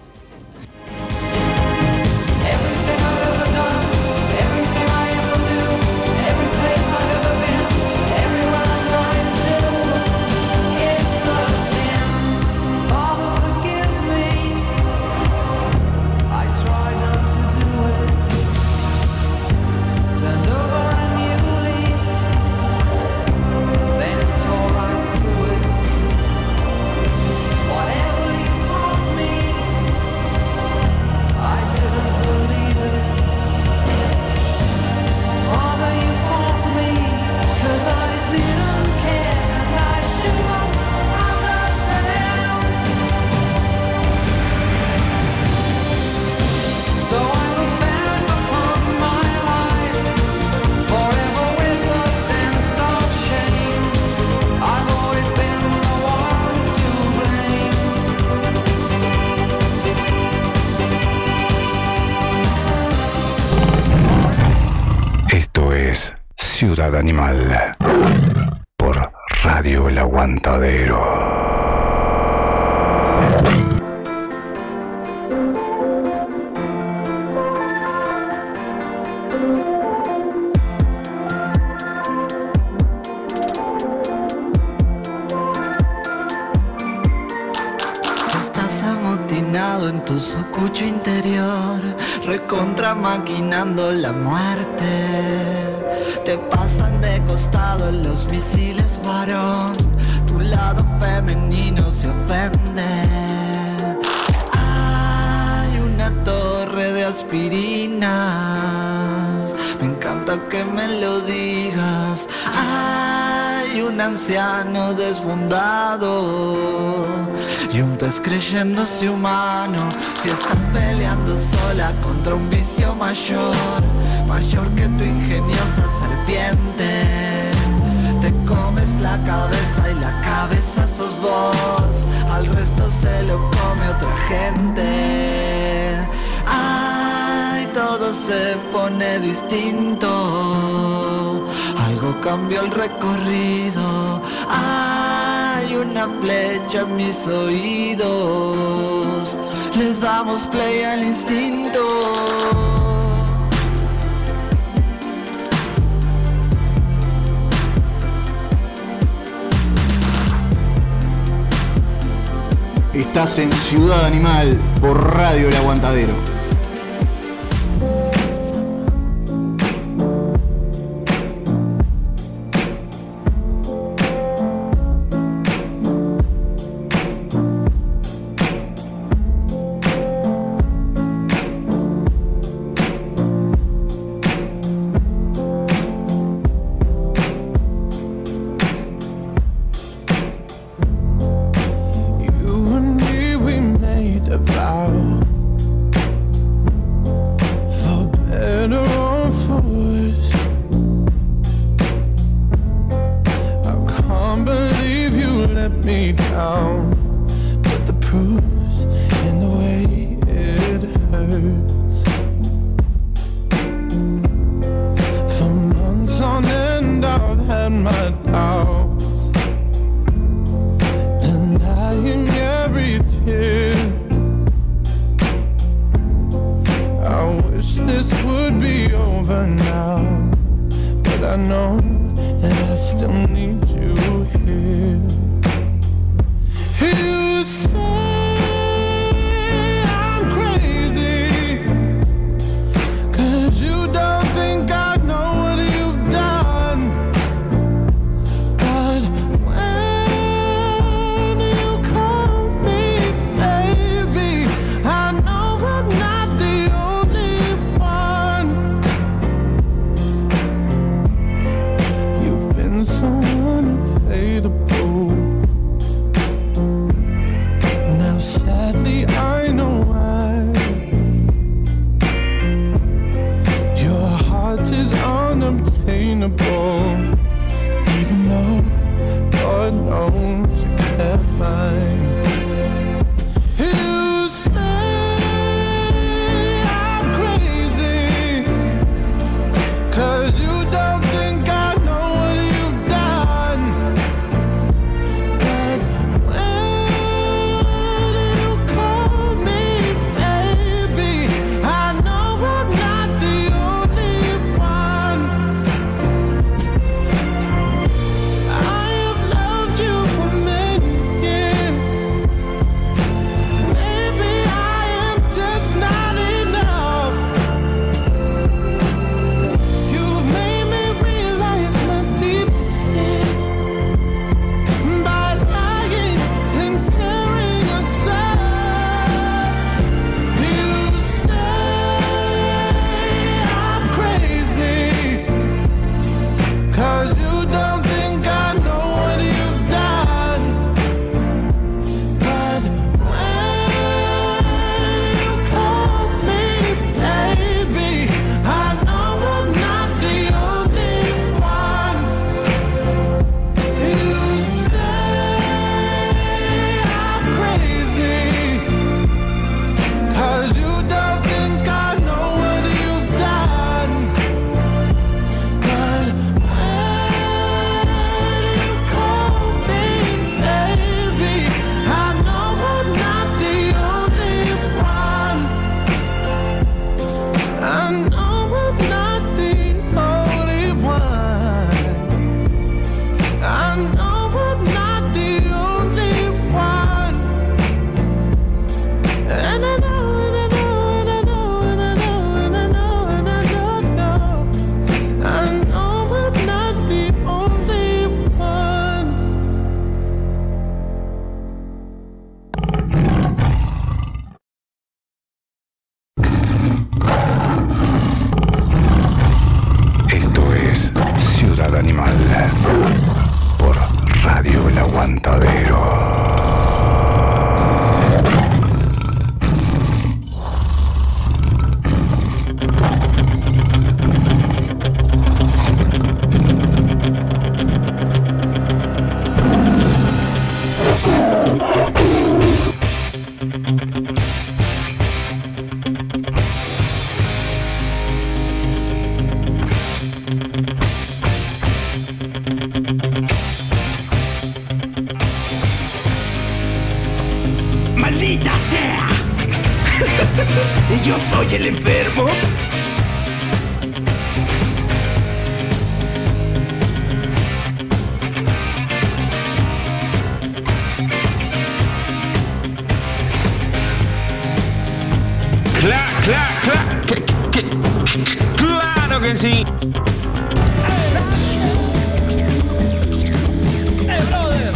Ciudad Animal por Radio El Aguantadero. En tu sucucho interior, recontra maquinando la muerte. Te pasan de costado en los misiles, varón. Tu lado femenino se ofende. Hay una torre de aspirinas. Me encanta que me lo digas. Hay un anciano desbundado y un pez creyéndose humano. Si estás peleando sola contra un vicio mayor, mayor que tu ingeniosa serpiente, te comes la cabeza y la cabeza sos vos, al resto se lo come otra gente. Ay, todo se pone distinto, algo cambió el recorrido. Hay una flecha en mis oídos, le damos play al instinto. Estás en Ciudad Animal por Radio El Aguantadero. This would be over now, but I know that Aguantadero. ¡Maldita sea! ¿Y yo soy el enfermo? Claro, claro, claro, que, que, claro que sí. ¡Eh, brother!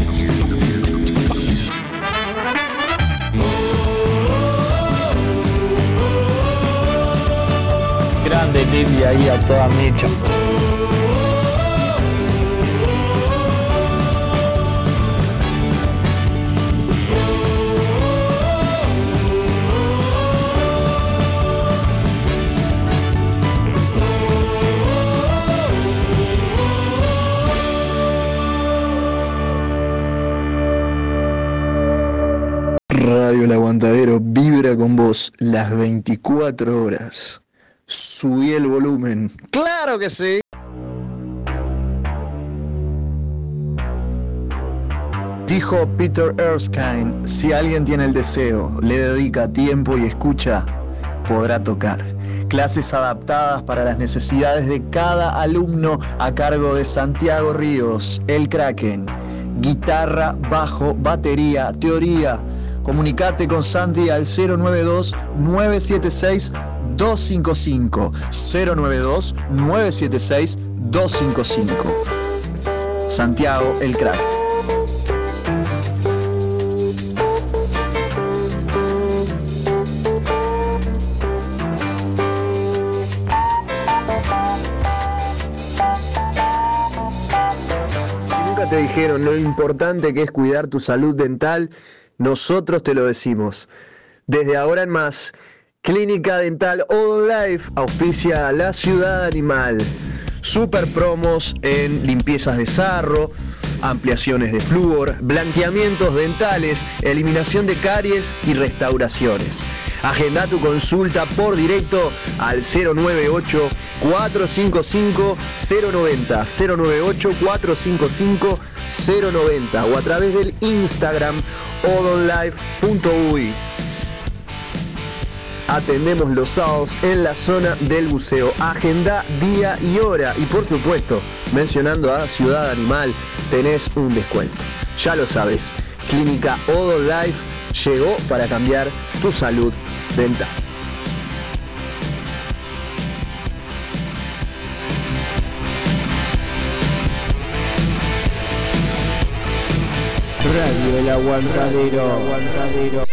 Grande Livia ahí a toda mecha. Radio El Aguantadero vibra con vos las veinticuatro horas. Subí el volumen. ¡Claro que sí! Dijo Peter Erskine, si alguien tiene el deseo, le dedica tiempo y escucha, podrá tocar. Clases adaptadas para las necesidades de cada alumno a cargo de Santiago Ríos, el Kraken. Guitarra, bajo, batería, teoría. Comunicate con Santi al cero nueve dos, nueve siete seis, dos cinco cinco. cero nueve dos, nueve siete seis, dos cinco cinco. Santiago, el crack. Si nunca te dijeron lo importante que es cuidar tu salud dental, nosotros te lo decimos. Desde ahora en más, Clínica Dental Oddlife auspicia a la Ciudad Animal. Super promos en limpiezas de sarro, ampliaciones de flúor, blanqueamientos dentales, eliminación de caries y restauraciones. Agenda tu consulta por directo al cero nueve ocho, cuatro cinco cinco, cero nueve cero, cero nueve ocho, cuatro cinco cinco, cero nueve cero o a través del Instagram odonlife punto uy. Atendemos los sábados en la zona del buceo. Agenda día y hora. Y por supuesto, mencionando a Ciudad Animal, tenés un descuento. Ya lo sabes, Clínica Oddlife llegó para cambiar tu salud dental. Radio El Aguantadero. Aguantadero.